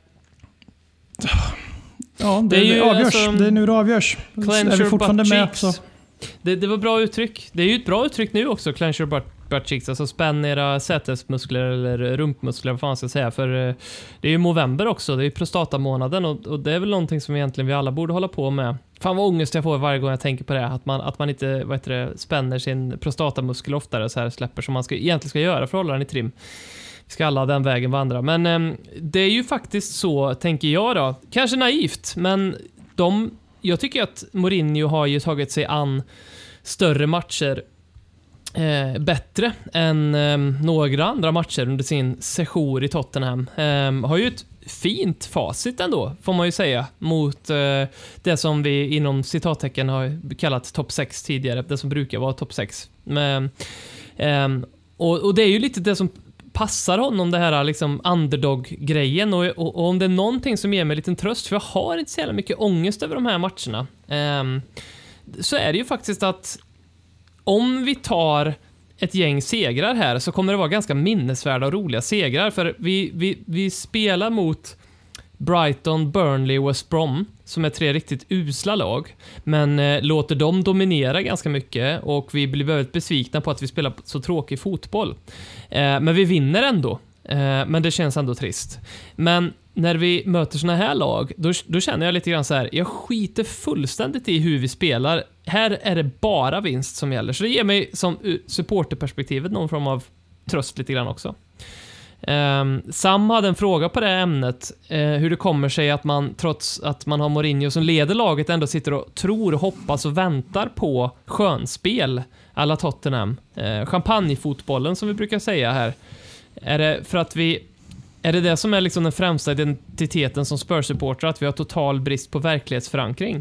ja, det avgörs. Alltså, det är nu det avgörs. Är vi fortfarande med? Så. Det var bra uttryck. Det är ju ett bra uttryck nu också, clench your butt cheeks. Alltså spänn era sätesmuskler eller rumpmuskler, vad fan ska jag säga. För det är ju november också, det är ju prostatamånaden och det är väl någonting som egentligen vi alla borde hålla på med. Fan vad ångest jag får varje gång jag tänker på det. Att man inte spänner sin prostatamuskel oftare så här, släpper som man egentligen ska göra för att hålla den i trim. Vi ska alla den vägen vandra. Men det är ju faktiskt så, tänker jag då. Kanske naivt, men jag tycker att Mourinho har ju tagit sig an större matcher bättre än några andra matcher under sin session i Tottenham. Har ju ett fint facit ändå, får man ju säga, mot det som vi inom citattecken har kallat topp 6 tidigare, det som brukar vara topp 6. Men, och det är ju lite det som passar honom, det här liksom underdog-grejen, och om det är någonting som ger mig en liten tröst, för jag har inte så jävla mycket ångest över de här matcherna, så är det ju faktiskt att om vi tar ett gäng segrar här så kommer det vara ganska minnesvärda och roliga segrar, för vi spelar mot Brighton, Burnley och West Brom som är 3 riktigt usla lag, men låter dem dominera ganska mycket och vi blir väldigt besvikna på att vi spelar så tråkig fotboll. Men vi vinner ändå. Men det känns ändå trist. Men när vi möter såna här lag, då känner jag lite grann så här, jag skiter fullständigt i hur vi spelar. Här är det bara vinst som gäller. Så det ger mig som supporterperspektivet någon form av tröst lite grann också. Sam hade en fråga på det ämnet, hur det kommer sig att man, trots att man har Mourinho som leder laget, ändå sitter och tror, hoppas och väntar på skönspel alla Tottenham, champagnefotbollen som vi brukar säga här. Är det för att är det som är liksom den främsta identiteten som Spurs-supporter, att vi har total brist på verklighetsförankring?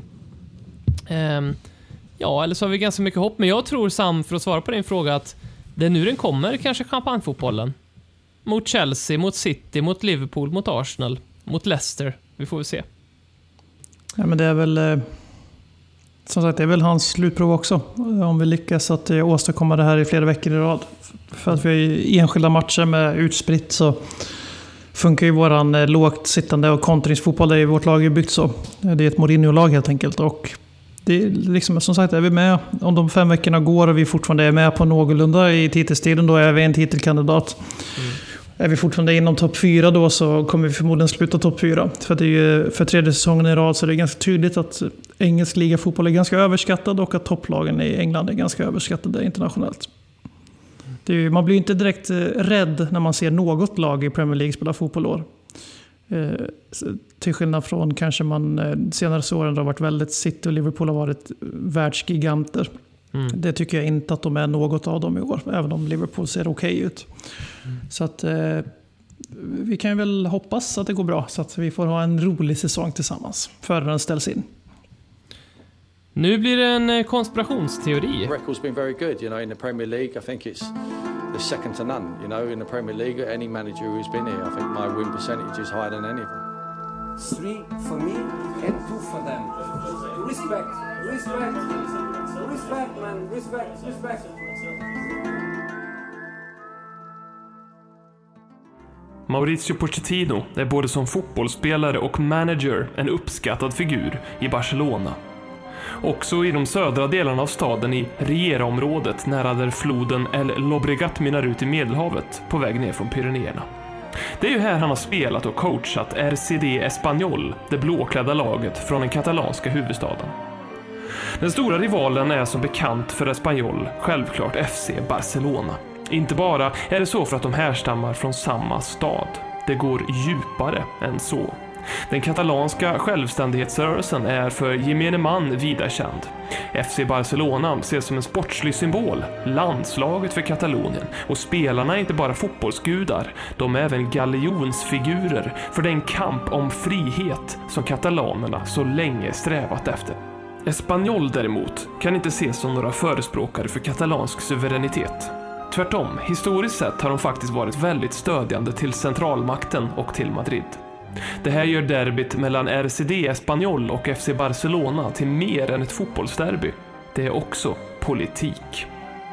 Ja, eller så har vi ganska mycket hopp, men jag tror, Sam, för att svara på din fråga, att det är nu den kommer, kanske champagnefotbollen. Mot Chelsea, mot City, mot Liverpool, mot Arsenal, mot Leicester. Vi får väl se. Ja, men det är väl som sagt, det är väl hans slutprov också. Om vi lyckas att åstadkomma det här i flera veckor i rad. För att vi har enskilda matcher med utspritt så funkar ju våran lågt sittande och kontringsfotboll där i vårt lag är byggt så. Det är ett Mourinho-lag helt enkelt, och det är liksom, som sagt, är vi med om de 5 veckorna går och vi fortfarande är med på någorlunda i titelstriden, då är vi en titelkandidat. Är vi fortfarande inom topp 4 då, så kommer vi förmodligen sluta topp 4. För det är ju, för 3:e säsongen i rad så är det ganska tydligt att engelsk ligafotboll är ganska överskattad och att topplagen i England är ganska överskattade internationellt. Det är ju, man blir inte direkt rädd när man ser något lag i Premier League spela fotboll år. Till skillnad från kanske man senare åren har varit väldigt, City och Liverpool har varit världsgiganter. Det tycker jag inte att de är något av dem i år, även om Liverpool ser okej ut. Så att vi kan väl hoppas att det går bra, så att vi får ha en rolig säsong tillsammans före den ställs in. Nu blir det en konspirationsteori. Record's been very good, you know, in the Premier League. I think it's second to none, you know, in the Premier League. Any manager who's been here, I think my win percentage is higher than any of them. 3 for me and 2 for them. Respect, respect, respect, man, respect. Mauricio Pochettino är både som fotbollsspelare och manager en uppskattad figur i Barcelona. Också i de södra delarna av staden i Riera-området nära där floden El Llobregat mynnar ut i Medelhavet på väg ner från Pyrenéerna. Det är ju här han har spelat och coachat RCD Espanyol, det blåklädda laget från den katalanska huvudstaden. Den stora rivalen är som bekant för Espanyol självklart FC Barcelona. Inte bara är det så för att de härstammar från samma stad. Det går djupare än så. Den katalanska självständighetsrörelsen är för gemene man vida känd. FC Barcelona ses som en sportslig symbol, landslaget för Katalonien, och spelarna är inte bara fotbollsgudar, de är även galjonsfigurer för den kamp om frihet som katalanerna så länge strävat efter. Espanyol däremot kan inte ses som några förespråkare för katalansk suveränitet. Tvärtom, historiskt sett har de faktiskt varit väldigt stödjande till centralmakten och till Madrid. Det här gör derbyt mellan RCD Espanyol och FC Barcelona till mer än ett fotbollsderby. Det är också politik.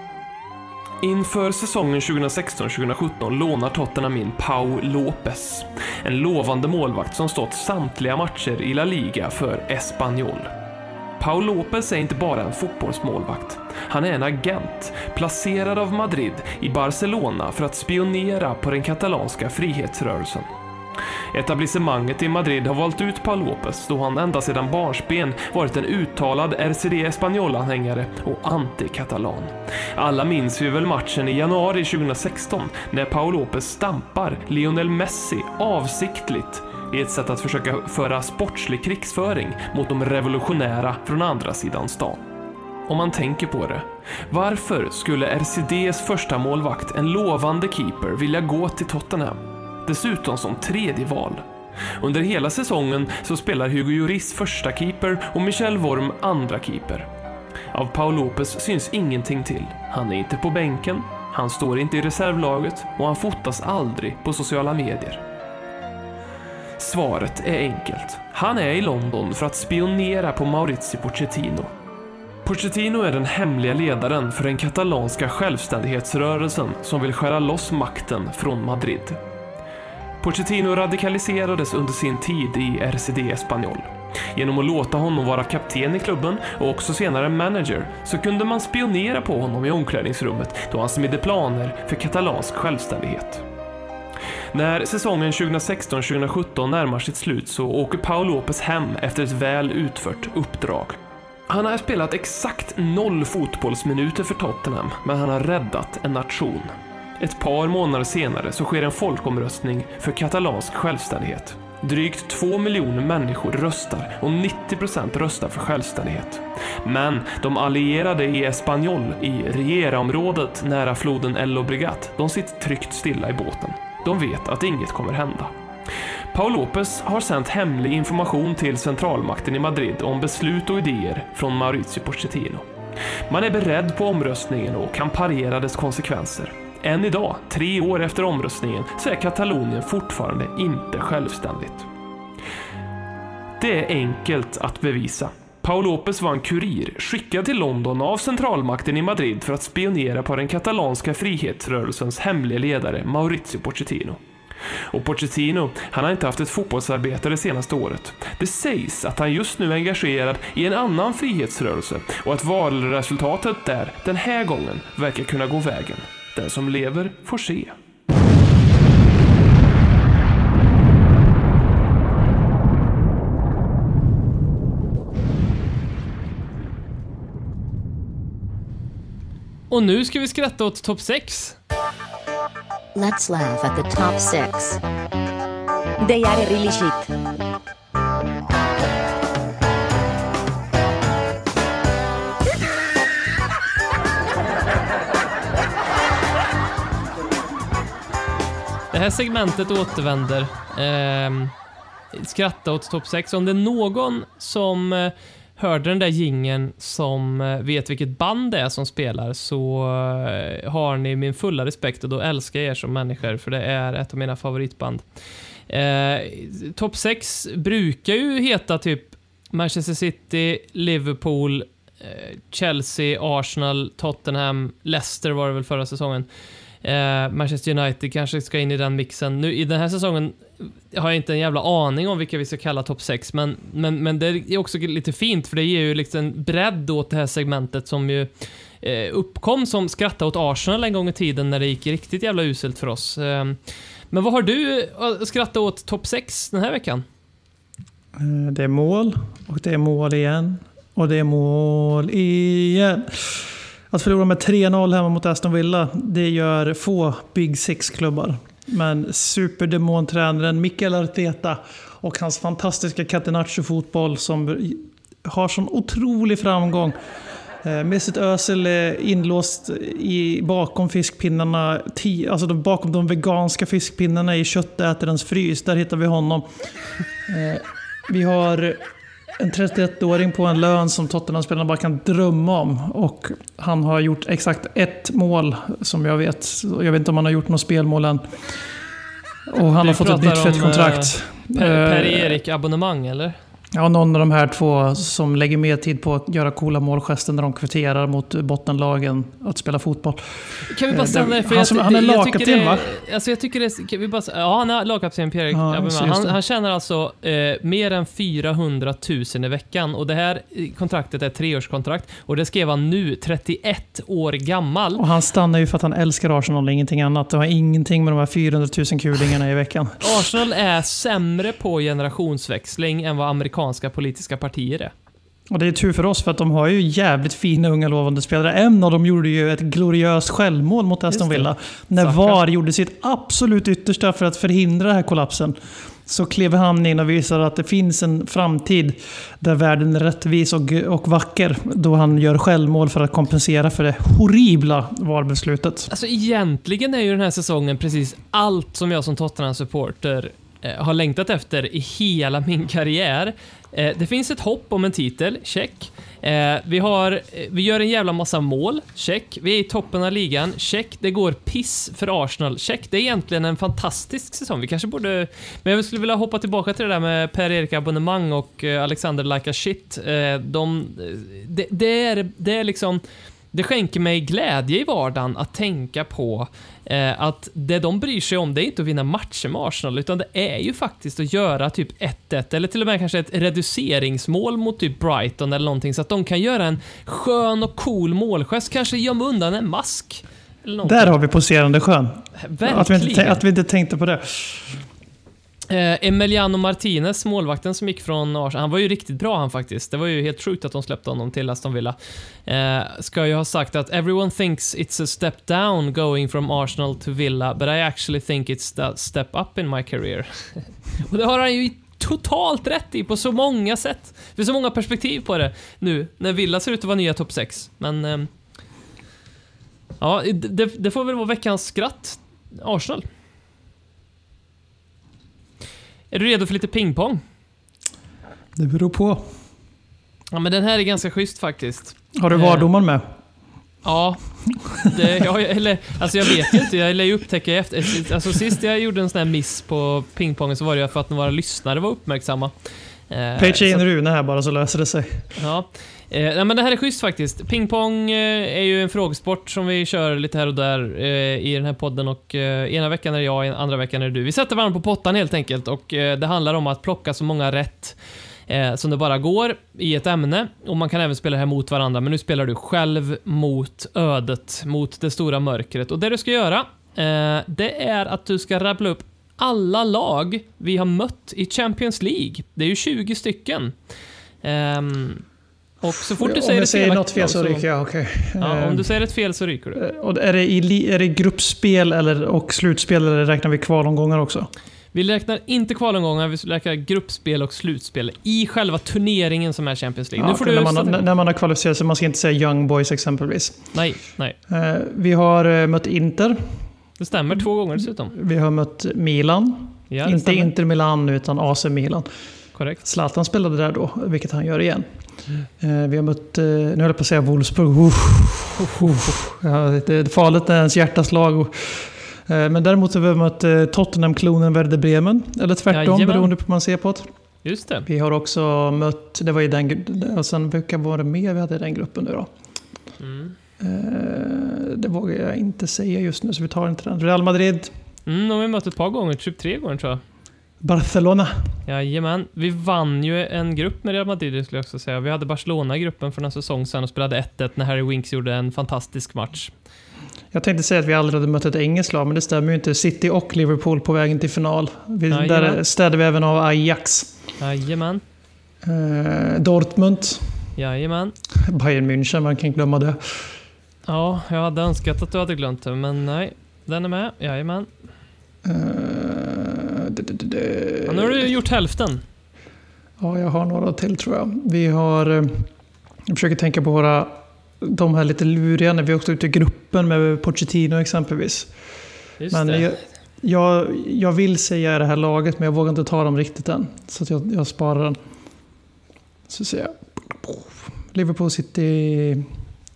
Inför säsongen 2016-2017 lånar Tottenham in Pau Lopez, en lovande målvakt som stått samtliga matcher i La Liga för Espanyol. Pau Lopez är inte bara en fotbollsmålvakt. Han är en agent, placerad av Madrid i Barcelona för att spionera på den katalanska frihetsrörelsen. Etablissemanget i Madrid har valt ut Pau Lopez då han ända sedan barnsben varit en uttalad RCD Espanyol-anhängare och anti-katalan. Alla minns vi väl matchen i januari 2016 när Pau Lopez stampar Lionel Messi avsiktligt i ett sätt att försöka föra sportslig krigsföring mot de revolutionära från andra sidan stan. Om man tänker på det, varför skulle RCDs första målvakt, en lovande keeper, vilja gå till Tottenham? Dessutom som tredje val. Under hela säsongen så spelar Hugo Lloris första keeper och Michel Worm andra keeper. Av Pau Lopez syns ingenting till. Han är inte på bänken, han står inte i reservlaget och han fotas aldrig på sociala medier. Svaret är enkelt. Han är i London för att spionera på Mauricio Pochettino. Pochettino är den hemliga ledaren för den katalanska självständighetsrörelsen som vill skära loss makten från Madrid. Pochettino radikaliserades under sin tid i RCD Espanyol. Genom att låta honom vara kapten i klubben och också senare manager så kunde man spionera på honom i omklädningsrummet då han smidde planer för katalansk självständighet. När säsongen 2016-2017 närmar sitt slut så åker Pau Lopez hem efter ett väl utfört uppdrag. Han har spelat exakt 0 fotbollsminuter för Tottenham, men han har räddat en nation. Ett par månader senare så sker en folkomröstning för katalansk självständighet. Drygt 2 miljoner människor röstar och 90% röstar för självständighet. Men de allierade i Espanyol i Riera-området nära floden El Llobregat, de sitter tryggt stilla i båten. De vet att inget kommer hända. Pau Lopez har sänt hemlig information till centralmakten i Madrid om beslut och idéer från Mauricio Pochettino. Man är beredd på omröstningen och kan parera dess konsekvenser. Än idag, 3 år efter omröstningen, så är Katalonien fortfarande inte självständigt. Det är enkelt att bevisa. Pau Lopez var en kurir skickad till London av centralmakten i Madrid för att spionera på den katalanska frihetsrörelsens hemliga ledare Mauricio Pochettino. Och Pochettino, han har inte haft ett fotbollsarbete det senaste året. Det sägs att han just nu är engagerad i en annan frihetsrörelse och att valresultatet där den här gången verkar kunna gå vägen. Den som lever får se. Och nu ska vi skratta åt topp 6. Let's laugh at the top 6. They are really shit. Det här segmentet återvänder. Skratta åt topp 6. Om det är någon som hörde den där jingeln som vet vilket band det är som spelar, så har ni min fulla respekt, och då älskar jag er som människor, för det är ett av mina favoritband. Topp 6 brukar ju heta typ Manchester City, Liverpool, Chelsea, Arsenal, Tottenham, Leicester var det väl förra säsongen. Manchester United kanske ska in i den mixen. Nu i den här säsongen har jag inte en jävla aning om vilka vi ska kalla topp 6, men det är också lite fint, för det ger ju liksom en bredd åt det här segmentet som ju uppkom som skratta åt Arsenal en gång i tiden när det gick riktigt jävla uselt för oss. Men vad har du skrattat åt topp 6 den här veckan? Det är mål, och det är mål igen, och det är mål igen. Att förlora med 3-0 hemma mot Aston Villa, det gör få Big Six-klubbar. Men superdemontränaren Mikel Arteta och hans fantastiska Catenaccio-fotboll som har sån otrolig framgång. Med sitt Özil inlåst bakom fiskpinnarna, alltså bakom de veganska fiskpinnarna i köttätarens frys. Där hittar vi honom. Vi har en 31-åring på en lön som Tottenham-spelarna bara kan drömma om. Och han har gjort exakt ett mål som jag vet. Jag vet inte om han har gjort något spelmål än. Och han har fått ett nytt fett kontrakt. Per-Erik abonnemang, eller? Ja, någon av de här två som lägger mer tid på att göra coola målgester när de kvitterar mot bottenlagen att spela fotboll. Kan vi bara stanna där, för han är lagkapten, va? Alltså jag tycker det, kan vi bara, ja, han är lagkapten, Per-Erik. Ja, han tjänar alltså mer än 400 000 i veckan, och det här kontraktet är ett 3-årskontrakt, och det skrev han nu, 31 år gammal. Och han stannar ju för att han älskar Arsenal och ingenting annat. Det har ingenting med de här 400 000 kulingarna i veckan. Arsenal är sämre på generationsväxling än vad amerikanska politiska partier är. Och det är tur för oss, för att de har ju jävligt fina unga lovande spelare. En av dem gjorde ju ett gloriöst självmål mot Aston Villa. När VAR gjorde sitt absolut yttersta för att förhindra den här kollapsen, så klev han in och visade att det finns en framtid där världen är rättvis och vacker, då han gör självmål för att kompensera för det horribla VAR-beslutet. Alltså egentligen är ju den här säsongen precis allt som jag som Tottenham-supporter har längtat efter i hela min karriär. Det finns ett hopp om en titel, check. Vi gör en jävla massa mål, check. Vi är i toppen av ligan, check. Det går piss för Arsenal, check. Det är egentligen en fantastisk säsong. Vi kanske borde... Men jag skulle vilja hoppa tillbaka till det där med Per-Erik abonnemang och Alexander like a shit. Det är liksom... Det skänker mig glädje i vardagen att tänka på att det de bryr sig om, det är inte att vinna matcher med Arsenal, utan det är ju faktiskt att göra typ 1-1 eller till och med kanske ett reduceringsmål mot typ Brighton eller någonting, så att de kan göra en skön och cool målgest, kanske gömma undan en mask eller någonting. Där har vi poserande skön. Verkligen. Att vi inte tänkte på det. Emiliano Martinez, målvakten som gick från Arsenal, han var ju riktigt bra han faktiskt. Det var ju helt sjukt att de släppte honom till Aston Villa. Ska ju ha sagt att everyone thinks it's a step down going from Arsenal to Villa, but I actually think it's a step up in my career. Och det har han ju totalt rätt i på så många sätt. Det är så många perspektiv på det nu när Villa ser ut att vara nya topp 6. Men ja, det får väl vara veckans skratt. Arsenal. Är du redo för lite pingpong? Det beror på. Ja, men den här är ganska schysst faktiskt. Har du vardomaren med? Ja. Alltså jag vet ju inte. Jag lär ju upptäcka efter. Alltså sist jag gjorde en sån här miss på pingpongen, så var det för att några lyssnare var uppmärksamma. Page in Rune här bara, så löser det sig. Ja. Nej, men det här är schysst faktiskt. Pingpong är ju en frågesport som vi kör lite här och där i den här podden, och ena veckan är det jag, andra veckan är det du. Vi sätter varandra på pottan helt enkelt, och det handlar om att plocka så många rätt som det bara går i ett ämne, och man kan även spela här mot varandra, men nu spelar du själv mot ödet, mot det stora mörkret. Och det du ska göra det är att du ska rabbla upp alla lag vi har mött i Champions League. Det är ju 20 stycken. Och så fort du säger något fel så ryker jag, okej. Ja, om du säger ett fel så ryker du. Och är det gruppspel och slutspel, eller räknar vi kvalomgångar också? Vi räknar inte kvalomgångar, vi räknar gruppspel och slutspel i själva turneringen som är Champions League. Ja, nu får när man har kvalificerat sig, man ska inte säga Young Boys exempelvis. Nej. Vi har mött Inter. Det stämmer, 2 gånger dessutom. Vi har mött Milan. Ja, inte Inter Milan utan AC Milan. Korrekt. Zlatan spelade där då, vilket han gör igen. Vi har mött, nu höll jag på att säga Wolfsburg. Ja, det är farligt när ens hjärtas lag. Men däremot har vi mött Tottenham-klonen Werder Bremen. Eller tvärtom, beroende på hur man ser på det. Just det. Vi har också mött, det var i den, och sen vilka var det mer vi hade i den gruppen nu då? Det vågar jag inte säga just nu, så vi tar inte den. Real Madrid. De har mött ett par gånger, typ 3 gånger tror jag. Barcelona. Jajamän. Vi vann ju en grupp med Real Madrid, skulle jag också säga. Vi hade Barcelona i gruppen för en säsong sedan och spelade 1-1 när Harry Winks gjorde en fantastisk match. Jag tänkte säga att vi aldrig hade mött ett engelskt lag, men det stämmer ju inte. City och Liverpool på vägen till final. Där städde vi även av Ajax. Jajamän. Dortmund. Jajamän. Bayern München, man kan glömma det. Ja, jag hade önskat att du hade glömt det, men nej. Den är med. Jajamän. Nu har du gjort hälften. Ja, jag har några till tror jag. Vi har... Jag försöker tänka på de här lite luriga när vi åkte ut i gruppen med Pochettino exempelvis. Just men det. Jag vill säga det här laget, men jag vågar inte ta dem riktigt än. Så att jag sparar den. Så ser jag. Liverpool City,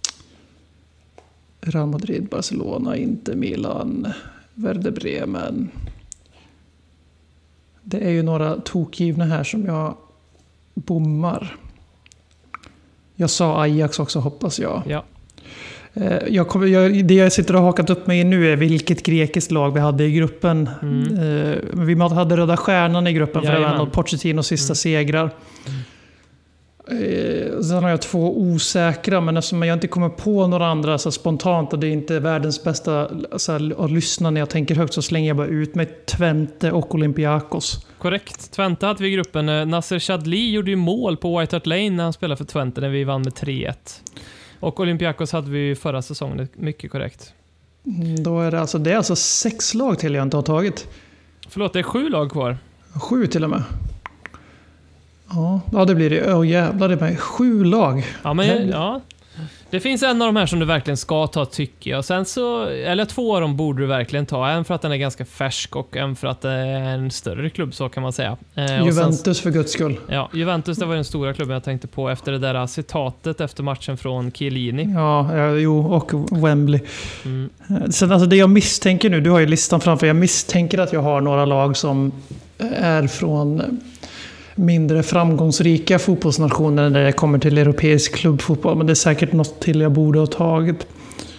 Real Madrid, Barcelona, Inter Milan, Werder Bremen. Det är ju några tokgivna här som jag bommar. Jag sa Ajax också, hoppas jag. Ja. Det jag sitter och hakat upp mig i nu är vilket grekiskt lag vi hade i gruppen. Vi hade Röda Stjärnan i gruppen för det var Pochettinos sista segrar. Sen har jag 2 osäkra, men eftersom jag inte kommer på några andra så spontant och det är inte världens bästa att lyssna när jag tänker högt, så slänger jag bara ut med Twente och Olympiakos. Korrekt. Twente hade vi i gruppen. Nasser Chadli gjorde ju mål på White Hart Lane när han spelade för Twente när vi vann med 3-1. Och Olympiakos hade vi förra säsongen, mycket korrekt. Då är det är alltså 6 lag till jag inte har tagit. Förlåt, det är 7 lag kvar. 7 till och med. Ja, det blir det. Jävlar, det är 7 lag. Ja, men ja. Det finns en av de här som du verkligen ska ta, tycker jag. Sen så, eller 2 av dem borde du verkligen ta. En för att den är ganska färsk och en för att det är en större klubb, så kan man säga. Juventus för guds skull. Ja, Juventus, det var den stora klubben jag tänkte på efter det där citatet efter matchen från Chiellini. Och Wembley. Sen alltså det jag misstänker nu, du har ju listan framför. Jag misstänker att jag har några lag som är från mindre framgångsrika fotbollsnationer när det kommer till europeisk klubbfotboll, men det är säkert något till jag borde ha tagit.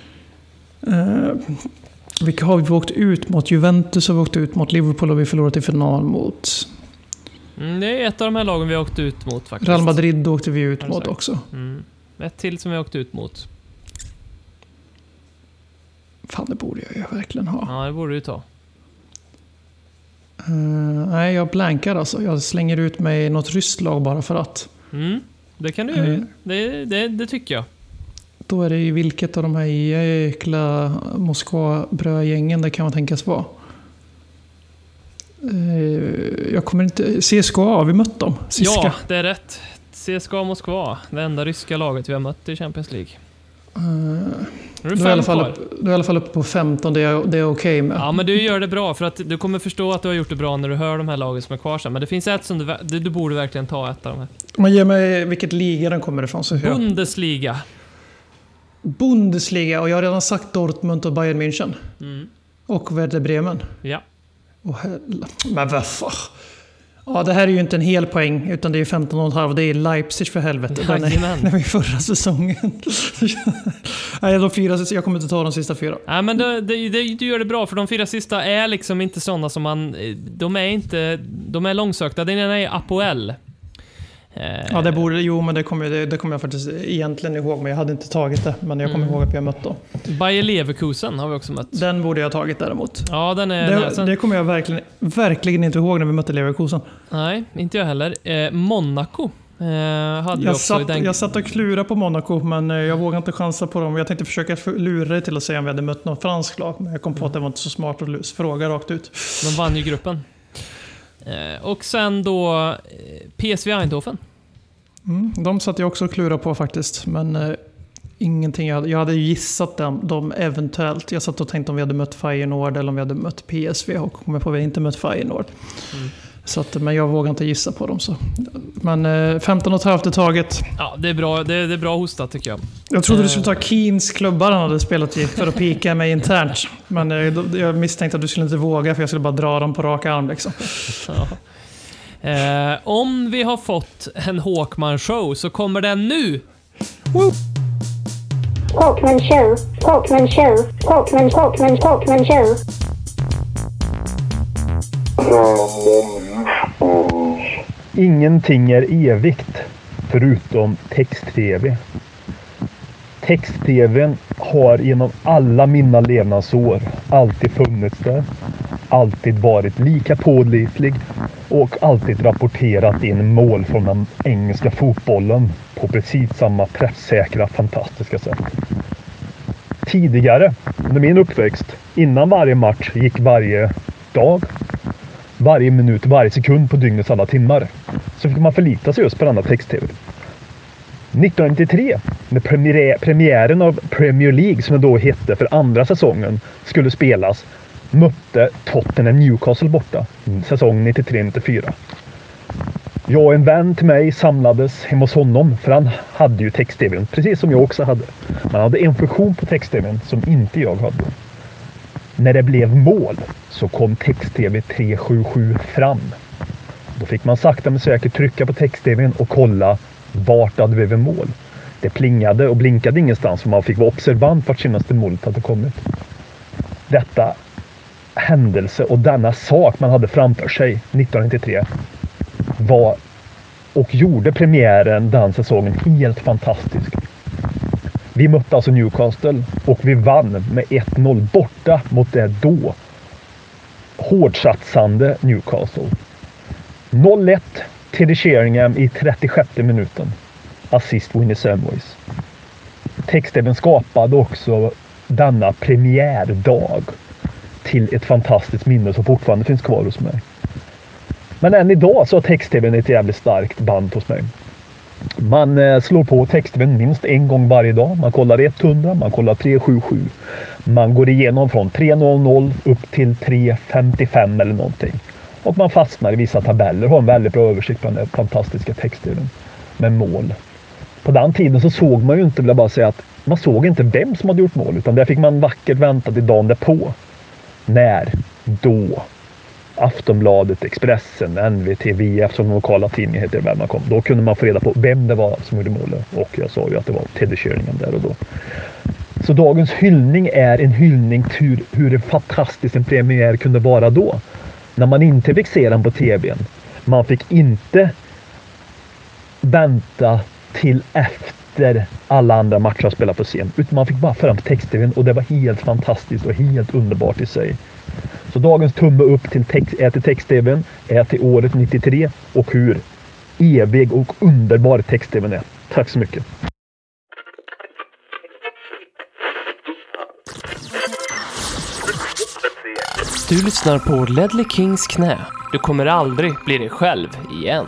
Vilka har vi åkt ut mot? Juventus har vi åkt ut mot, Liverpool och vi förlorat i final mot. Det är ett av de här lagen vi har åkt ut mot faktiskt. Real Madrid åkte vi ut mot också. Ett till som vi har åkt ut mot. Fan, det borde jag ju verkligen ha. Ja, det borde du ta. Nej, jag blankar alltså. Jag slänger ut mig något ryskt lag bara för att. Det kan du det tycker jag. Då är det ju vilket av de här jäkla Moskva-brödgängen det kan man tänkas vara. Jag kommer inte... CSKA, har vi mött dem? Siska. Ja, det är rätt. CSKA Moskva, det enda ryska laget vi har mött i Champions League. Du är i alla fall uppe på 15, det är okej med. Ja, men du gör det bra, för att du kommer förstå att du har gjort det bra när du hör de här lagen som är kvar sen. Men det finns ett som du borde verkligen ta ett av de här. Man ger mig vilket liga den kommer ifrån. Så Bundesliga, och jag har redan sagt Dortmund och Bayern München. Och Werder Bremen. Ja. Men vad fan. Ja, det här är ju inte en hel poäng, utan det är 15,5. Det är Leipzig för helvete. Den var i förra säsongen. Nej, de 4 sista, jag kommer inte ta de sista 4. Nej, men du gör det bra, för de 4 sista är liksom inte sådana som man... De är långsökta. Den ena är Apoel. Ja, men det kommer jag faktiskt egentligen ihåg, men jag hade inte tagit det. Men jag kommer ihåg att jag mött då. Bayer Leverkusen har vi också mött. Den borde jag ha tagit däremot. Ja, den är... Det kommer jag verkligen inte ihåg när vi mötte Leverkusen. Nej, inte jag heller. Monaco hade jag satt och klura på Monaco, men jag vågade inte chansa på dem. Jag tänkte försöka lura dig till att säga om vi hade mött någon fransk lag, men jag kom på att det var inte så smart att fråga rakt ut. De vann ju gruppen. Och sen då PSV Eindhoven. De satt jag också och klura på faktiskt, men ingenting. Jag hade gissat dem eventuellt. Jag satt och tänkte om vi hade mött Feyenoord eller om vi hade mött PSV, och kom på att vi inte mött Feyenoord. Så att, men jag vågar inte gissa på dem. Så. Men 15,5 taget. Ja, det är bra, det är bra hostat tycker jag. Jag trodde du skulle ta Keens klubbar han hade spelat i för att pika mig internt. Men jag misstänkte att du skulle inte våga för jag skulle bara dra dem på raka arm liksom. Ja. Om vi har fått en Håkman-show så kommer den nu! Woo! Håkman show, Håkman show, Håkman show. Ingenting är evigt förutom text-tv. Text-tvn har genom alla mina levnadsår alltid funnits där. Alltid varit lika pålitlig och alltid rapporterat in mål från den engelska fotbollen på precis samma träffsäkra, fantastiska sätt. Tidigare, under min uppväxt, innan varje match gick varje dag, varje minut, varje sekund på dygnets alla timmar, så fick man förlita sig just på denna text-tv. 1993, när premiären av Premier League, som det då hette för andra säsongen, skulle spelas, mötte Tottenham Newcastle borta, säsong 93-94. Jag och en vän till mig samlades hemma hos honom, för han hade ju text-tvn, precis som jag också hade. Man hade en funktion på text-tvn som inte jag hade. När det blev mål så kom text-tv 377 fram. Då fick man sakta men säkert trycka på text-tvn och kolla vart det hade blivit mål. Det plingade och blinkade ingenstans för man fick vara observant vart senaste målet hade kommit. Detta händelse och denna sak man hade framför sig 1993 var och gjorde premiären den säsongen helt fantastisk. Vi mötte alltså Newcastle och vi vann med 1-0 borta mot det då hårdsatsande Newcastle. 0-1 till Sheringham i 36 minuten. Assist Winnie Samways. Text-tvn skapade också denna premiärdag till ett fantastiskt minne som fortfarande finns kvar hos mig. Men än idag så har text-tvn ett jävligt starkt band hos mig. Man slår på text-tvn minst en gång varje dag. Man kollar 100, man kollar 377. Man går igenom från 3.00 upp till 3.55 eller någonting. Och man fastnar i vissa tabeller. Har en väldigt bra översikt på den fantastiska text-tvn med mål. På den tiden så såg man ju inte, vill jag bara säga, att man såg inte vem som hade gjort mål. Utan där fick man vackert vänta till dagen därpå. När? Då? Aftonbladet, Expressen, NVT, VF som de lokala tidningar heter det, man kom. Då kunde man få reda på vem det var som gjorde målet. Och jag sa ju att det var Teddy Sheringham där och då. Så dagens hyllning är en hyllning till hur fantastiskt en premiär kunde vara då. När man inte fick se den på tvn. Man fick inte vänta till efter alla andra matcher spela på scen. Utan man fick bara fram på text-tvn och det var helt fantastiskt och helt underbart i sig. Så dagens tumme upp till text-tvn är till året 93 och hur evig och underbar text-tvn är. Tack så mycket. Du lyssnar på Ledley Kings knä. Du kommer aldrig bli dig själv igen.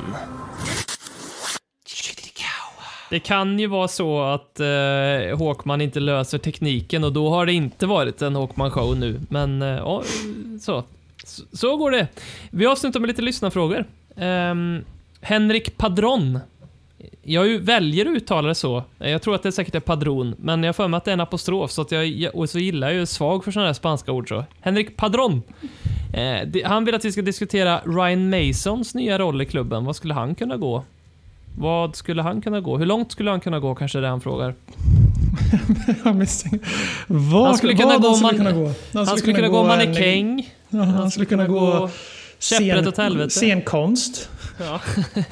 Det kan ju vara så att Håkman inte löser tekniken och då har det inte varit en Håkman-show nu. Men ja, så går det. Vi avslutar med lite lyssnarfrågor. Henrik Padron. Jag väljer att uttala det så. Jag tror att det säkert är padron, men jag får med att det är en apostrof så att och så gillar jag ju svag för sådana här spanska ord så. Henrik Padron. Han vill att vi ska diskutera Ryan Masons nya roll i klubben. Vad skulle han kunna gå? Vad skulle han kunna gå? Hur långt skulle han kunna gå? Kanske det han frågar. Han skulle kunna gå mannekäng. Han skulle kunna gå käpprätt åt helvete. Scenkonst. Ja.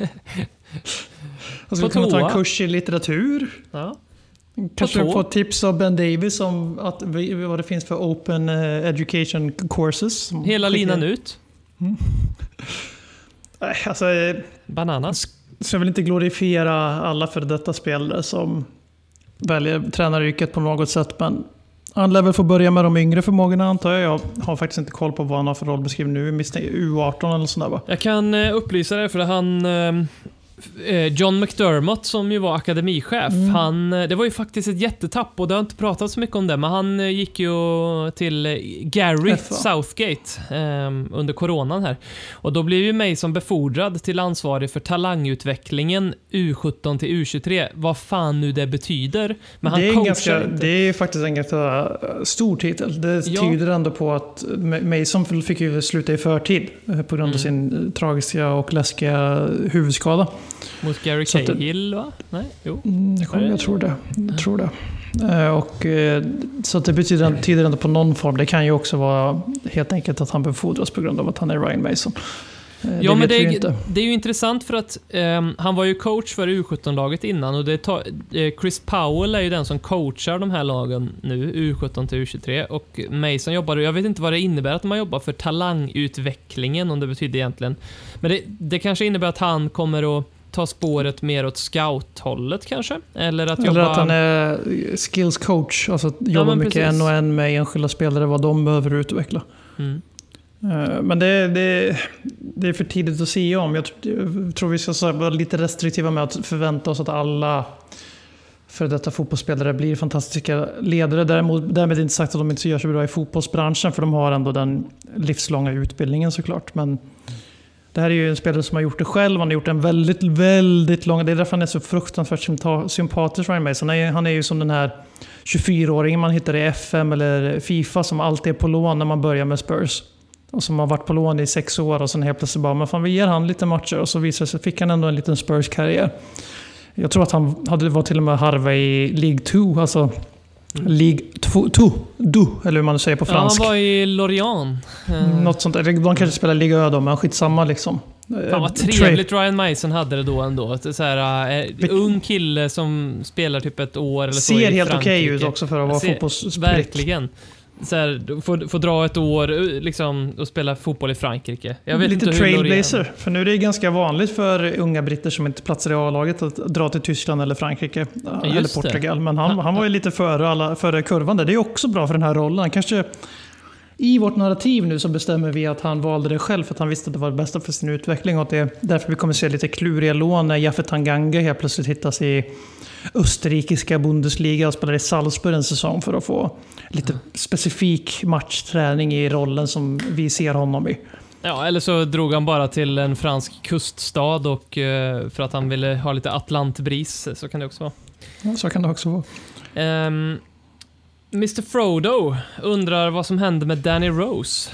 Han skulle kunna ta en kurs i litteratur. Ja. Kanske få tips av Ben Davis om vad det finns för open education courses. Hela linan ut. Alltså, bananas. Så jag vill inte glorifiera alla för detta spelare som väljer tränaryrket på något sätt, men han lär väl få börja med de yngre förmågorna antar jag. Jag har faktiskt inte koll på vad han har för rollbeskrivning nu. U18 eller sådär va? Jag kan upplysa dig för att John McDermott som ju var akademichef, det var ju faktiskt ett jättetapp och det har inte pratat så mycket om det, men han gick ju till Gary Southgate under coronan här. Och då blev ju Mason befordrad till ansvarig för talangutvecklingen U17 till U23. Vad fan nu det betyder. Men han det är faktiskt en ganska stor titel. Det tyder ändå på att Mason fick ju sluta i förtid på grund av sin tragiska och läskiga huvudskada. Mot Gary Cahill, va? Nej, jo. Jag tror det. Och så att det tyder ändå på någon form. Det kan ju också vara helt enkelt att han befordras på grund av att han är Ryan Mason. Ja, men det är ju intressant för att han var ju coach för U17-laget innan och Chris Powell är ju den som coachar de här lagen nu, U17 till U23, och Mason jobbar, jag vet inte vad det innebär att man jobbar för talangutvecklingen, om det betyder egentligen, men det kanske innebär att han kommer att ta spåret mer åt scout-hållet kanske, eller att han är skills coach, alltså jobbar mycket en och en med enskilda spelare, vad de behöver utveckla. Men det är för tidigt att se om. Jag tror vi ska vara lite restriktiva med att förvänta oss att alla för detta fotbollsspelare blir fantastiska ledare. Därmed inte sagt att de inte gör så bra i fotbollsbranschen, för de har ändå den livslånga utbildningen såklart. Men det här är ju en spelare som har gjort det själv. Han har gjort en väldigt, väldigt lång... Det är därför han är så fruktansvärt sympatisk, Ryan Mason. Han är ju som den här 24-åringen man hittar i FM eller FIFA som alltid är på lån när man börjar med Spurs. Och som har varit på lån i 6 år och sen helt plötsligt bara, men fan, vi ger han lite matcher, och så visar sig, fick han ändå en liten Spurs-karriär. Jag tror att han var till och med harva i League 2, alltså League 2, eller hur man säger på fransk. Ja, han var i Lorient. Något sånt, eller de kanske spelar Liga Ö då, men skitsamma liksom. Fan vad trevligt Ryan Mason hade det då ändå. Så här, ung kille som spelar typ ett år eller så. Ser helt okej ut också för att vara fotbollsspelare. Verkligen. Så här, få dra ett år liksom, och spela fotboll i Frankrike. Jag vet lite inte trailblazer. För nu är det ganska vanligt för unga britter som inte platsar i A-laget att dra till Tyskland eller Frankrike eller Portugal. Men han var ju lite före kurvan där. Det är också bra för den här rollen. Kanske i vårt narrativ nu så bestämmer vi att han valde det själv för att han visste att det var det bästa för sin utveckling, och att det är därför vi kommer se lite kluriga lån när Jaffe Tanganga helt plötsligt hittas i österrikiska Bundesliga och spelar i Salzburg en säsong för att få lite specifik matchträning i rollen som vi ser honom i. Ja, eller så drog han bara till en fransk kuststad och för att han ville ha lite atlantbris, så kan det också vara. Ja, så kan det också vara. Mr. Frodo undrar vad som hände med Danny Rose.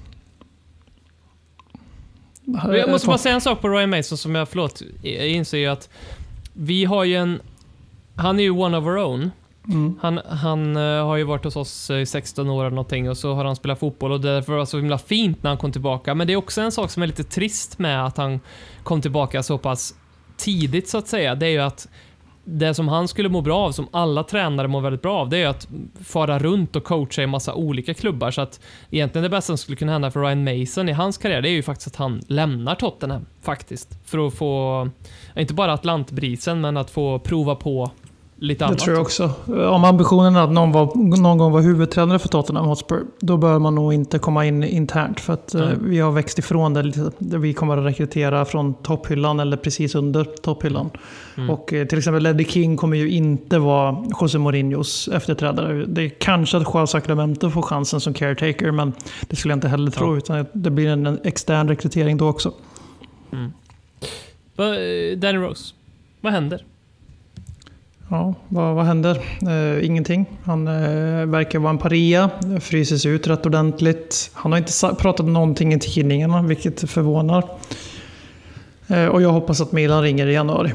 Jag måste bara säga en sak på Ryan Mason som jag inser ju att vi har ju han är ju one of our own. Han har ju varit hos oss i 16 år eller någonting, och så har han spelat fotboll, och därför var det så himla fint när han kom tillbaka. Men det är också en sak som är lite trist med att han kom tillbaka så pass tidigt så att säga. Det är ju att det som han skulle må bra av, som alla tränare mår väldigt bra av, det är att fara runt och coacha i massa olika klubbar. Så att egentligen det bästa som skulle kunna hända för Ryan Mason i hans karriär, det är ju faktiskt att han lämnar Tottenham faktiskt, för att få inte bara atlantbrisen, men att få prova på lite annat. Det tror jag också. Om ambitionen är att någon gång var huvudtränare för Tottenham Hotspur, då bör man nog inte komma in internt, för att vi har växt ifrån det. Vi kommer att rekrytera från topphyllan eller precis under topphyllan. Och till exempel Ledley King kommer ju inte vara José Mourinhos efterträdare. Det är kanske att Joao Sacramento får chansen som caretaker, men det skulle jag inte heller tro, utan det blir en extern rekrytering då också. Danny Rose, vad händer? Ja, vad händer? Ingenting. Han verkar vara en paria, fryses ut rätt ordentligt. Han har inte pratat någonting i tidningarna, vilket förvånar. Och jag hoppas att Milan ringer i januari.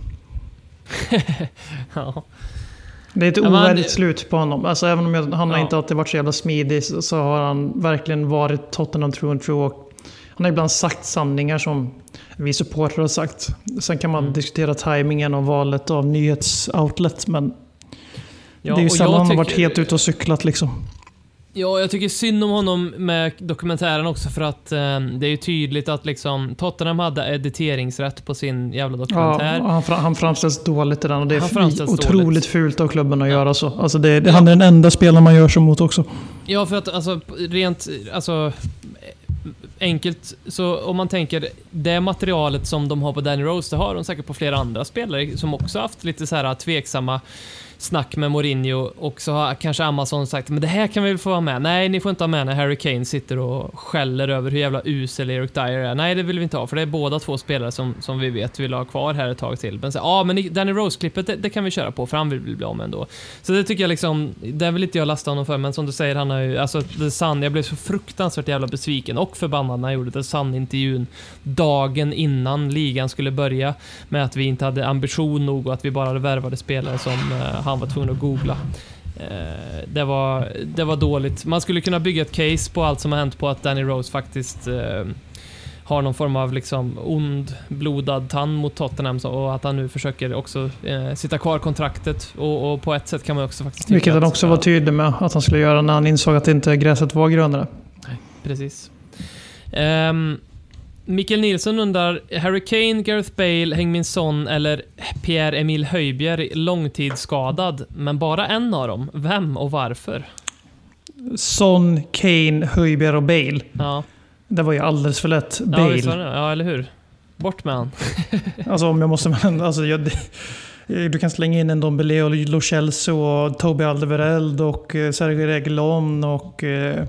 Ja. Det är ett ovärdigt slut på honom. Alltså, även om han har inte alltid varit så jävla smidig, så har han verkligen varit Tottenham true and true. Han har ibland sagt sanningar som vi supportrar har sagt. Sen kan man diskutera tajmingen och valet av nyhetsoutlet, men det är ju sällan han har varit helt ute och cyklat liksom. Ja, jag tycker synd om honom med dokumentären också, för att det är ju tydligt att liksom Tottenham hade editeringsrätt på sin jävla dokumentär. Ja, han framställs dåligt i den, och det är otroligt fult av klubben att göra så. Alltså han är den enda spelaren man gör så mot också. Ja, för att alltså enkelt, så om man tänker det materialet som de har på Danny Rose, det har de säkert på flera andra spelare som också haft lite så här tveksamma snack med Mourinho, och så har kanske Amazon sagt, men det här kan vi väl få vara med. Nej, ni får inte ha med när Harry Kane sitter och skäller över hur jävla usel Eric Dyer är. Nej, det vill vi inte ha, för det är båda två spelare som vi vet vill ha kvar här ett tag till. Men så, men Danny Rose-klippet, det kan vi köra på, för han vill bli av med ändå. Så det tycker jag liksom, det vill inte jag lasta honom för, men som du säger, han har ju, alltså The Sun, jag blev så fruktansvärt jävla besviken och förbannad när jag gjorde The Sun-intervjun dagen innan ligan skulle börja, med att vi inte hade ambition nog och att vi bara hade värvade spelare som han var tvungen att googla. Det var dåligt. Man skulle kunna bygga ett case på allt som har hänt på att Danny Rose faktiskt har någon form av liksom ondblodad tand mot Tottenham, och att han nu försöker också sitta kvar kontraktet, och på ett sätt kan man också faktiskt... Vilket han också var tydlig med att han skulle göra när han insåg att inte gräset var grönare. Nej, precis. Mikael Nilsson undrar, Harry Kane, Gareth Bale, Heung-min Son eller Pierre-Emil Højbjerg långtidsskadad, men bara en av dem. Vem och varför? Son, Kane, Højbjerg och Bale. Ja. Det var ju alldeles för lätt. Bale. Ja, eller hur? Bort med han. Alltså om jag måste... Alltså, du kan slänga in en Dombele och Lo Celso och Toby Alderweireld och Sergio Reguilón och...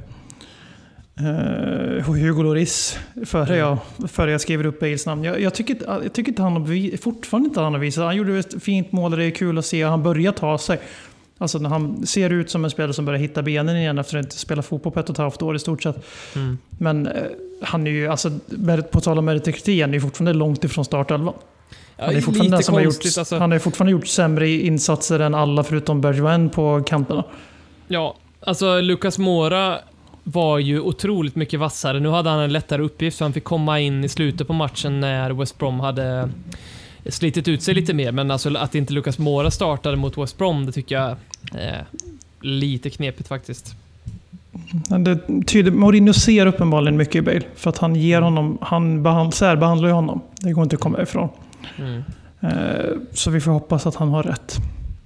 Hugo Lloris före jag skriver upp Bales namn. Jag tycker inte fortfarande inte han har visat. Han gjorde ett fint mål och det är kul att se. Han börjar ta sig. Alltså när han ser ut som en spelare som börjar hitta benen igen efter att inte spela fotboll på 1,5 år i stort sett. Men han är ju, alltså, på tal om meritokrati, han är ju fortfarande långt ifrån startelvan. Han är fortfarande som konstigt, alltså. Han har fortfarande gjort sämre insatser än alla förutom Bergwijn på kanterna. Ja, alltså Lucas Moura var ju otroligt mycket vassare. Nu hade han en lättare uppgift, så han fick komma in i slutet på matchen när West Brom hade slitit ut sig lite mer. Men alltså att inte Lucas Moura startade mot West Brom, det tycker jag är lite knepigt faktiskt. Mourinho ser uppenbarligen mycket i Bale, för att han ger honom, särbehandlar ju honom. Det går inte att komma ifrån. Så vi får hoppas att han har rätt.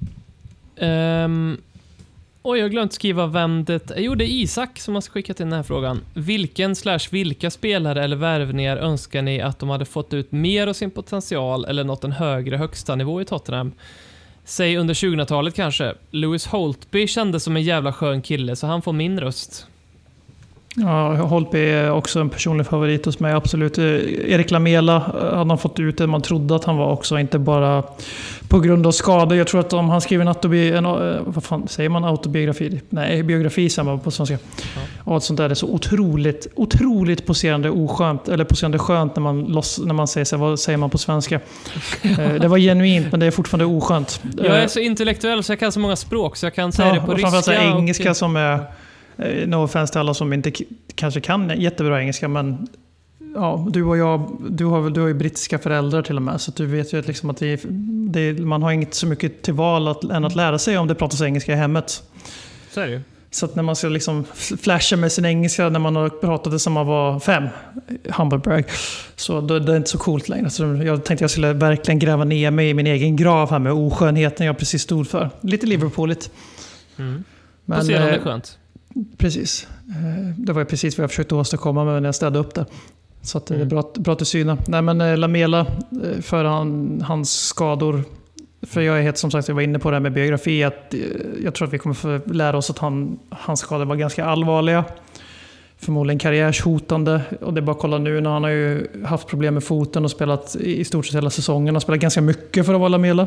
Jag har glömt skriva vem det... Jo, det är Isak som har skickat in den här frågan. Vilka spelare eller värvningar önskar ni att de hade fått ut mer av sin potential eller nått en högre högsta nivå i Tottenham? Säg under 2000-talet kanske. Lewis Holtby kändes som en jävla skön kille, så han får min röst. Ja, Holtby är också en personlig favorit hos mig, absolut. Erik Lamela hade han fått ut det man trodde att han var också, inte bara på grund av skador. Jag tror att om han skriver vad fan säger man, autobiografi? Nej, biografi säger man på svenska. Ja. Och sånt där är så otroligt poserande oskönt, eller poserande skönt när man säger så. Vad säger man på svenska? Det var genuint, men det är fortfarande oskönt. Jag är så intellektuell så jag kan så många språk, så jag kan säga det på ryska. Framförallt engelska som är... No offense till alla som inte kanske kan jättebra engelska, men ja, du och jag, du har ju brittiska föräldrar till och med, så du vet ju att, liksom att man har inget så mycket till val än att lära sig om det pratas engelska i hemmet. Så är det ju. Så att när man ska liksom flasha med sin engelska när man har pratat det som man var 5, humble brag, så då är det inte så coolt längre. Så jag tänkte jag skulle verkligen gräva ner mig i min egen grav här med oskönheten jag precis stod för. Lite Liverpooligt. Men se om det är skönt. Precis. Det var precis vad jag försökte åstadkomma när jag städde upp det. Så att det är bra till syna. Nej, men Lamela, för hans skador. För jag är helt, som sagt, jag var inne på det här med biografi, att jag tror att vi kommer få lära oss att hans skador var ganska allvarliga. Förmodligen karriärshotande. Och det är bara att kolla nu när han har ju haft problem med foten och spelat i stort sett hela säsongen. Han har spelat ganska mycket för att vara Lamela.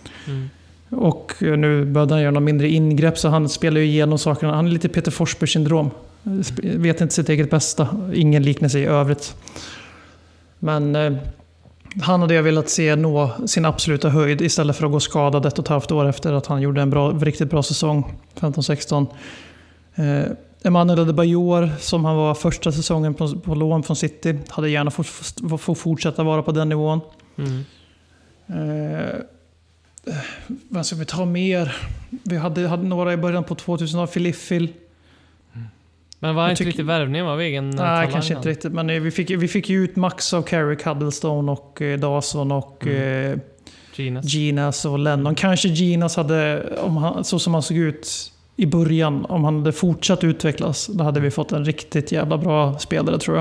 Och nu började han göra några mindre ingrepp, så han spelar ju igenom sakerna. Han är lite Peter Forsberg-syndrom. Vet inte sitt eget bästa. Ingen liknelse i övrigt. Men han hade jag velat se nå sin absoluta höjd istället för att gå skadad 1,5 år efter att han gjorde en riktigt bra säsong 15-16. Emmanuel Adebayor, som han var första säsongen på lån från City, hade gärna fått fortsätta vara på den nivån. Vad ska vi ta mer? Vi hade några i början på 2000-talet. Phil. Men var inte riktigt värvningen av egen talang? Nej, kanske inte riktigt. Men vi fick ju ut max av Carrick, Huddlestone och Dawson och Ginas och Lennon. Kanske Ginas hade, så som han såg ut i början, om han hade fortsatt utvecklas, då hade vi fått en riktigt jävla bra spelare, tror jag.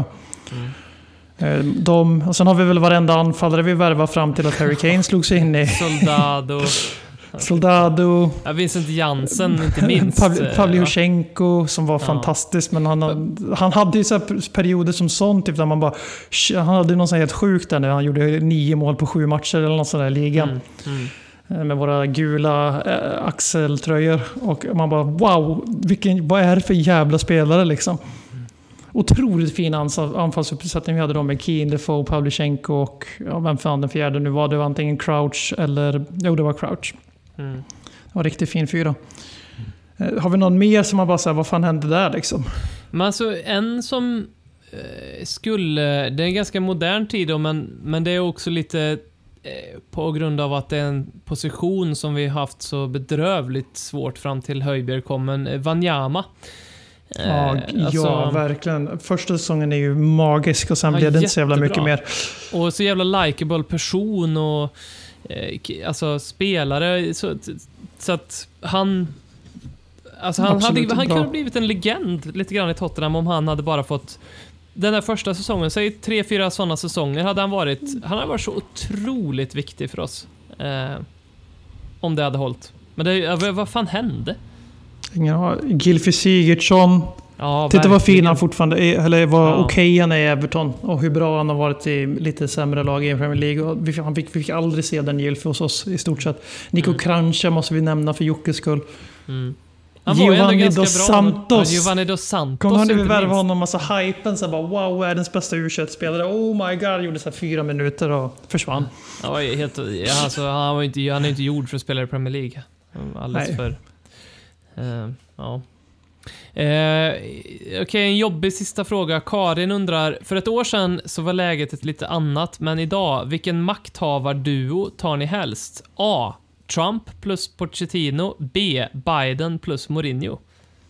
Och sen har vi väl varenda anfallare vi värvar fram till att Harry Kane slog sig in i. Soldado. Ja, Vincent Jansen, inte minst. Pavlyuchenko som var fantastisk, men han hade ju så här perioder som sånt, typ där man bara, han hade någon sån helt sjukt där när han gjorde 9 mål på 7 matcher eller något sån där i ligan. Med våra gula axeltröjor, och man bara wow, vad är det för jävla spelare liksom. Otroligt fin anfallsuppsättning vi hade då med Keane, Defoe, Pavlyuchenko och vem fan den fjärde nu var. Det var antingen Crouch eller... Jo, det var Crouch. Det var riktigt fin 4. Har vi någon mer som man bara säger, vad fan hände där liksom? Men alltså, en som skulle... Det är en ganska modern tid då, men det är också lite på grund av att det är en position som vi har haft så bedrövligt svårt fram till Højbjerg kom, men Wanyama. Ja, verkligen. Första säsongen är ju magisk, och sen blev det inte så jävla mycket mer. Och så jävla likeable person och alltså spelare, så att han kunde ha blivit en legend lite grann i Tottenham om han hade bara fått den där första säsongen. Säg 3-4 sådana säsonger hade han varit så otroligt viktig för oss om det hade hållit. Men vad fan hände? Gylfi Sigurdsson. Titta vad fin han fortfarande är, eller vad okej han är i Everton, och hur bra han har varit i lite sämre lag i Premier League. Och vi fick aldrig se den Gylfi hos oss i stort sett. Nico Kranjčar måste vi nämna för Jockes skull. Giovanni dos Santos. Kommer han nu värva honom massa hypen så bara wow, världens bästa U21-spelare. Oh my god, gjorde så här 4 minuter och försvann. Han är inte gjord för att spela i Premier League. Alldeles för Okej, en jobbig sista fråga. Karin undrar, för ett år sedan så var läget ett lite annat, men idag, vilken makthavarduo tar ni helst? A. Trump plus Pochettino. B. Biden plus Mourinho.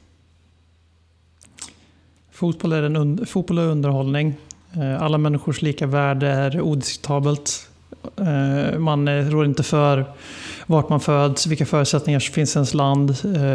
Fotboll är underhållning. Alla människors lika värde är odiskutabelt. Man rår inte för vart man föds, vilka förutsättningar som finns i ens land,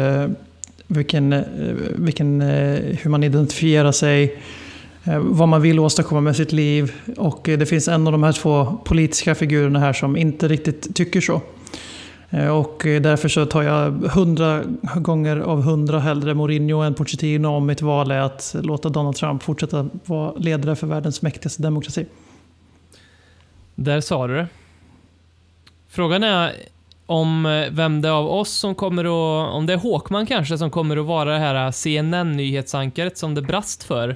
hur man identifierar sig, vad man vill åstadkomma med sitt liv. Och det finns en av de här 2 politiska figurerna här som inte riktigt tycker så. Och därför så tar jag 100 gånger av 100 hellre Mourinho än Pochettino om mitt val är att låta Donald Trump fortsätta vara ledare för världens mäktigaste demokrati. Där sa du det. Frågan är om vem det av oss som kommer att... Om det är Håkman kanske som kommer att vara det här CNN-nyhetsankaret som det brast för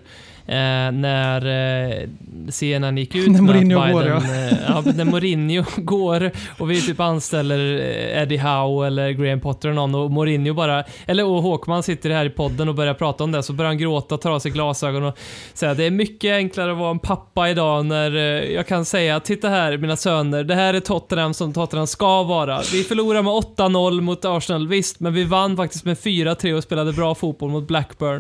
när CNN gick ut när Mourinho Biden, går, när Mourinho går och vi typ anställer Eddie Howe eller Graham Potter och någon, och Mourinho bara, och Håkman sitter här i podden och börjar prata om det, så börjar han gråta, tar av sig glasögon och säga det är mycket enklare att vara en pappa idag när jag kan säga, titta här mina söner, det här är Tottenham som Tottenham ska vara. Vi förlorade med 8-0 mot Arsenal, visst, men vi vann faktiskt med 4-3 och spelade bra fotboll mot Blackburn.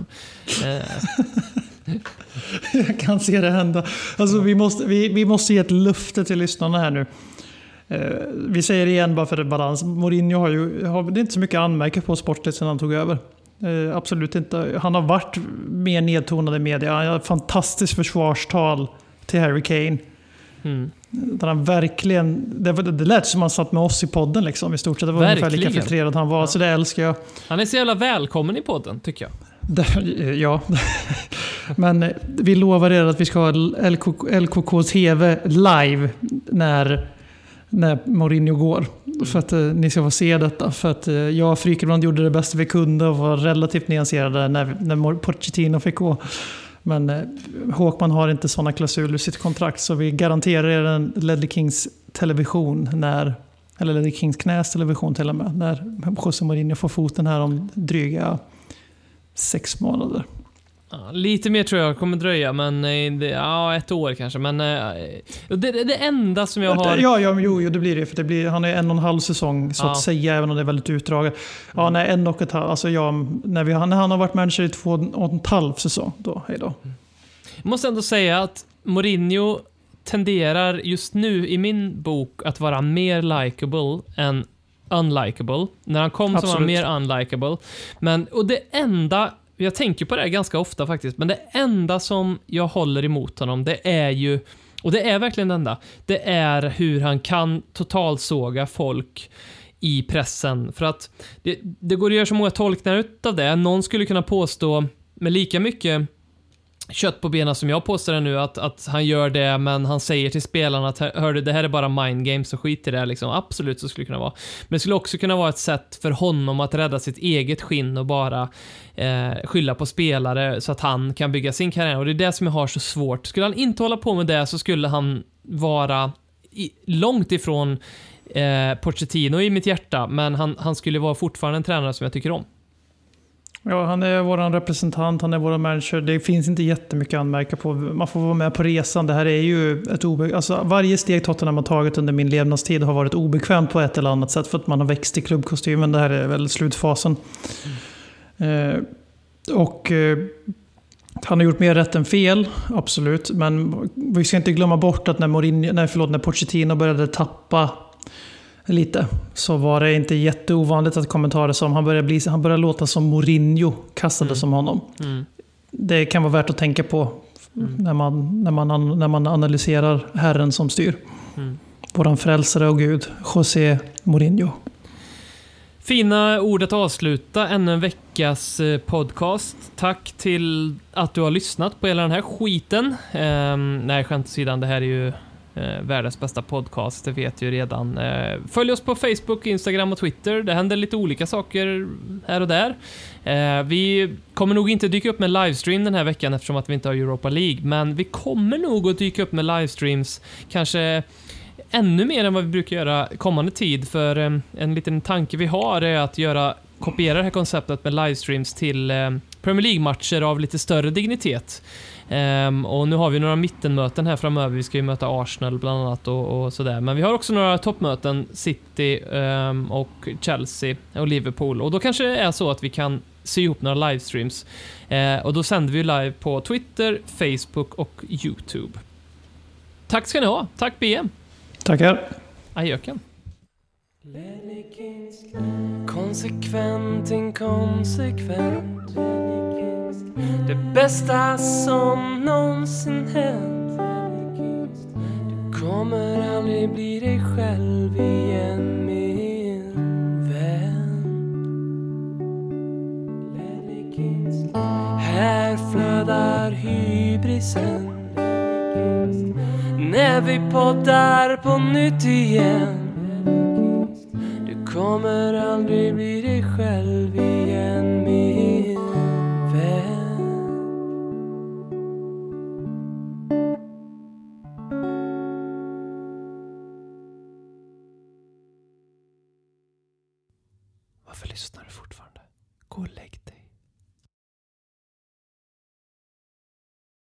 Jag kan se det hända. Alltså, vi måste ge ett löfte till lyssnarna här nu. Vi säger det igen bara för balans. Mourinho har det är inte så mycket anmärka på sportligt sedan han tog över. Absolut inte. Han har varit mer nedtonad i media. Han har ett fantastiskt försvarstal till Harry Kane. Där han verkligen... Det lät som han satt med oss i podden liksom, i stort sett. Det var ungefär lika frustrerad han var. Så det älskar jag. Han är så jävla välkommen i podden, tycker jag. Ja, men vi lovar er att vi ska ha LKK TV live när Mourinho går, för att ni ska få se detta, för att jag och Frykebrand gjorde det bästa vi kunde och var relativt nyanserade när Pochettino fick gå, men Håkman har inte sådana klausuler i sitt kontrakt, så vi garanterar er en Ledley Kings television eller Ledley Kings knäs television till och med, när José Mourinho får foten här om dryga 6 månader. Ja, lite mer tror jag kommer dröja, men 1 år kanske, men det enda som jag har... Jo, det blir det, för han är 1,5 säsong så att säga, även om det är väldigt utdraget. Ja, nej, 1,5, alltså när han har varit manager i 2,5 säsong, då, hej då. Jag måste ändå säga att Mourinho tenderar just nu i min bok att vara mer likable än unlikable. När han kom så var han mer unlikable. Och det enda, jag tänker på det ganska ofta faktiskt, men det enda som jag håller emot honom, det är ju, och det är verkligen det enda, det är hur han kan totalsåga folk i pressen. För att det går att göra så många tolkningar utav det. Någon skulle kunna påstå med lika mycket kött på benen som jag påstår nu att han gör det, men han säger till spelarna att hörde, det här är bara mind games, så skit i det liksom. Absolut, så skulle det kunna vara. Men det skulle också kunna vara ett sätt för honom att rädda sitt eget skinn och bara skylla på spelare så att han kan bygga sin karriär. Och det är det som jag har så svårt. Skulle han inte hålla på med det, så skulle han vara långt ifrån Pochettino i mitt hjärta, men han skulle vara fortfarande en tränare som jag tycker om. Ja, han är våran representant, han är våran manager. Det finns inte jättemycket att anmärka på. Man får vara med på resan. Det här är ju ett alltså varje steg Tottenham har tagit under min levnadstid har varit obekvämt på ett eller annat sätt för att man har växt i klubbkostymen. Det här är väl slutfasen. Han har gjort mer rätt än fel, absolut. Men vi ska inte glömma bort att när Pochettino började tappa lite, så var det inte jätteovanligt att kommentarer som han började låta som Mourinho kastade som honom. Det kan vara värt att tänka på när man analyserar herren som styr. Våran frälsare och gud, José Mourinho. Fina ord att avsluta ännu en veckas podcast. Tack till att du har lyssnat på hela den här skiten. Nej, skämt åsido, det här är ju världens bästa podcast, det vet ju redan. Följ oss på Facebook, Instagram och Twitter. Det händer lite olika saker här och där. Vi kommer nog inte dyka upp med livestream den här veckan eftersom att vi inte har Europa League, men vi kommer nog att dyka upp med livestreams kanske ännu mer än vad vi brukar göra kommande tid, för en liten tanke vi har är att kopiera det här konceptet med livestreams till Premier League-matcher av lite större dignitet. Och nu har vi några mittenmöten här framöver. Vi ska ju möta Arsenal bland annat och sådär. Men vi har också några toppmöten, City och Chelsea och Liverpool. Och då kanske det är så att vi kan sy ihop några livestreams. Och då sänder vi live på Twitter, Facebook och YouTube. Tack ska ni ha. Tack BM. Tackar. Adjöken. Konsekvent, inkonsekvent. Det bästa som någonsin hänt. Du kommer aldrig bli dig själv igen, min vän. Här flödar hybrisen när vi poddar på nytt igen. Du kommer aldrig bli dig själv igen, min vän. Varför lyssnar du fortfarande?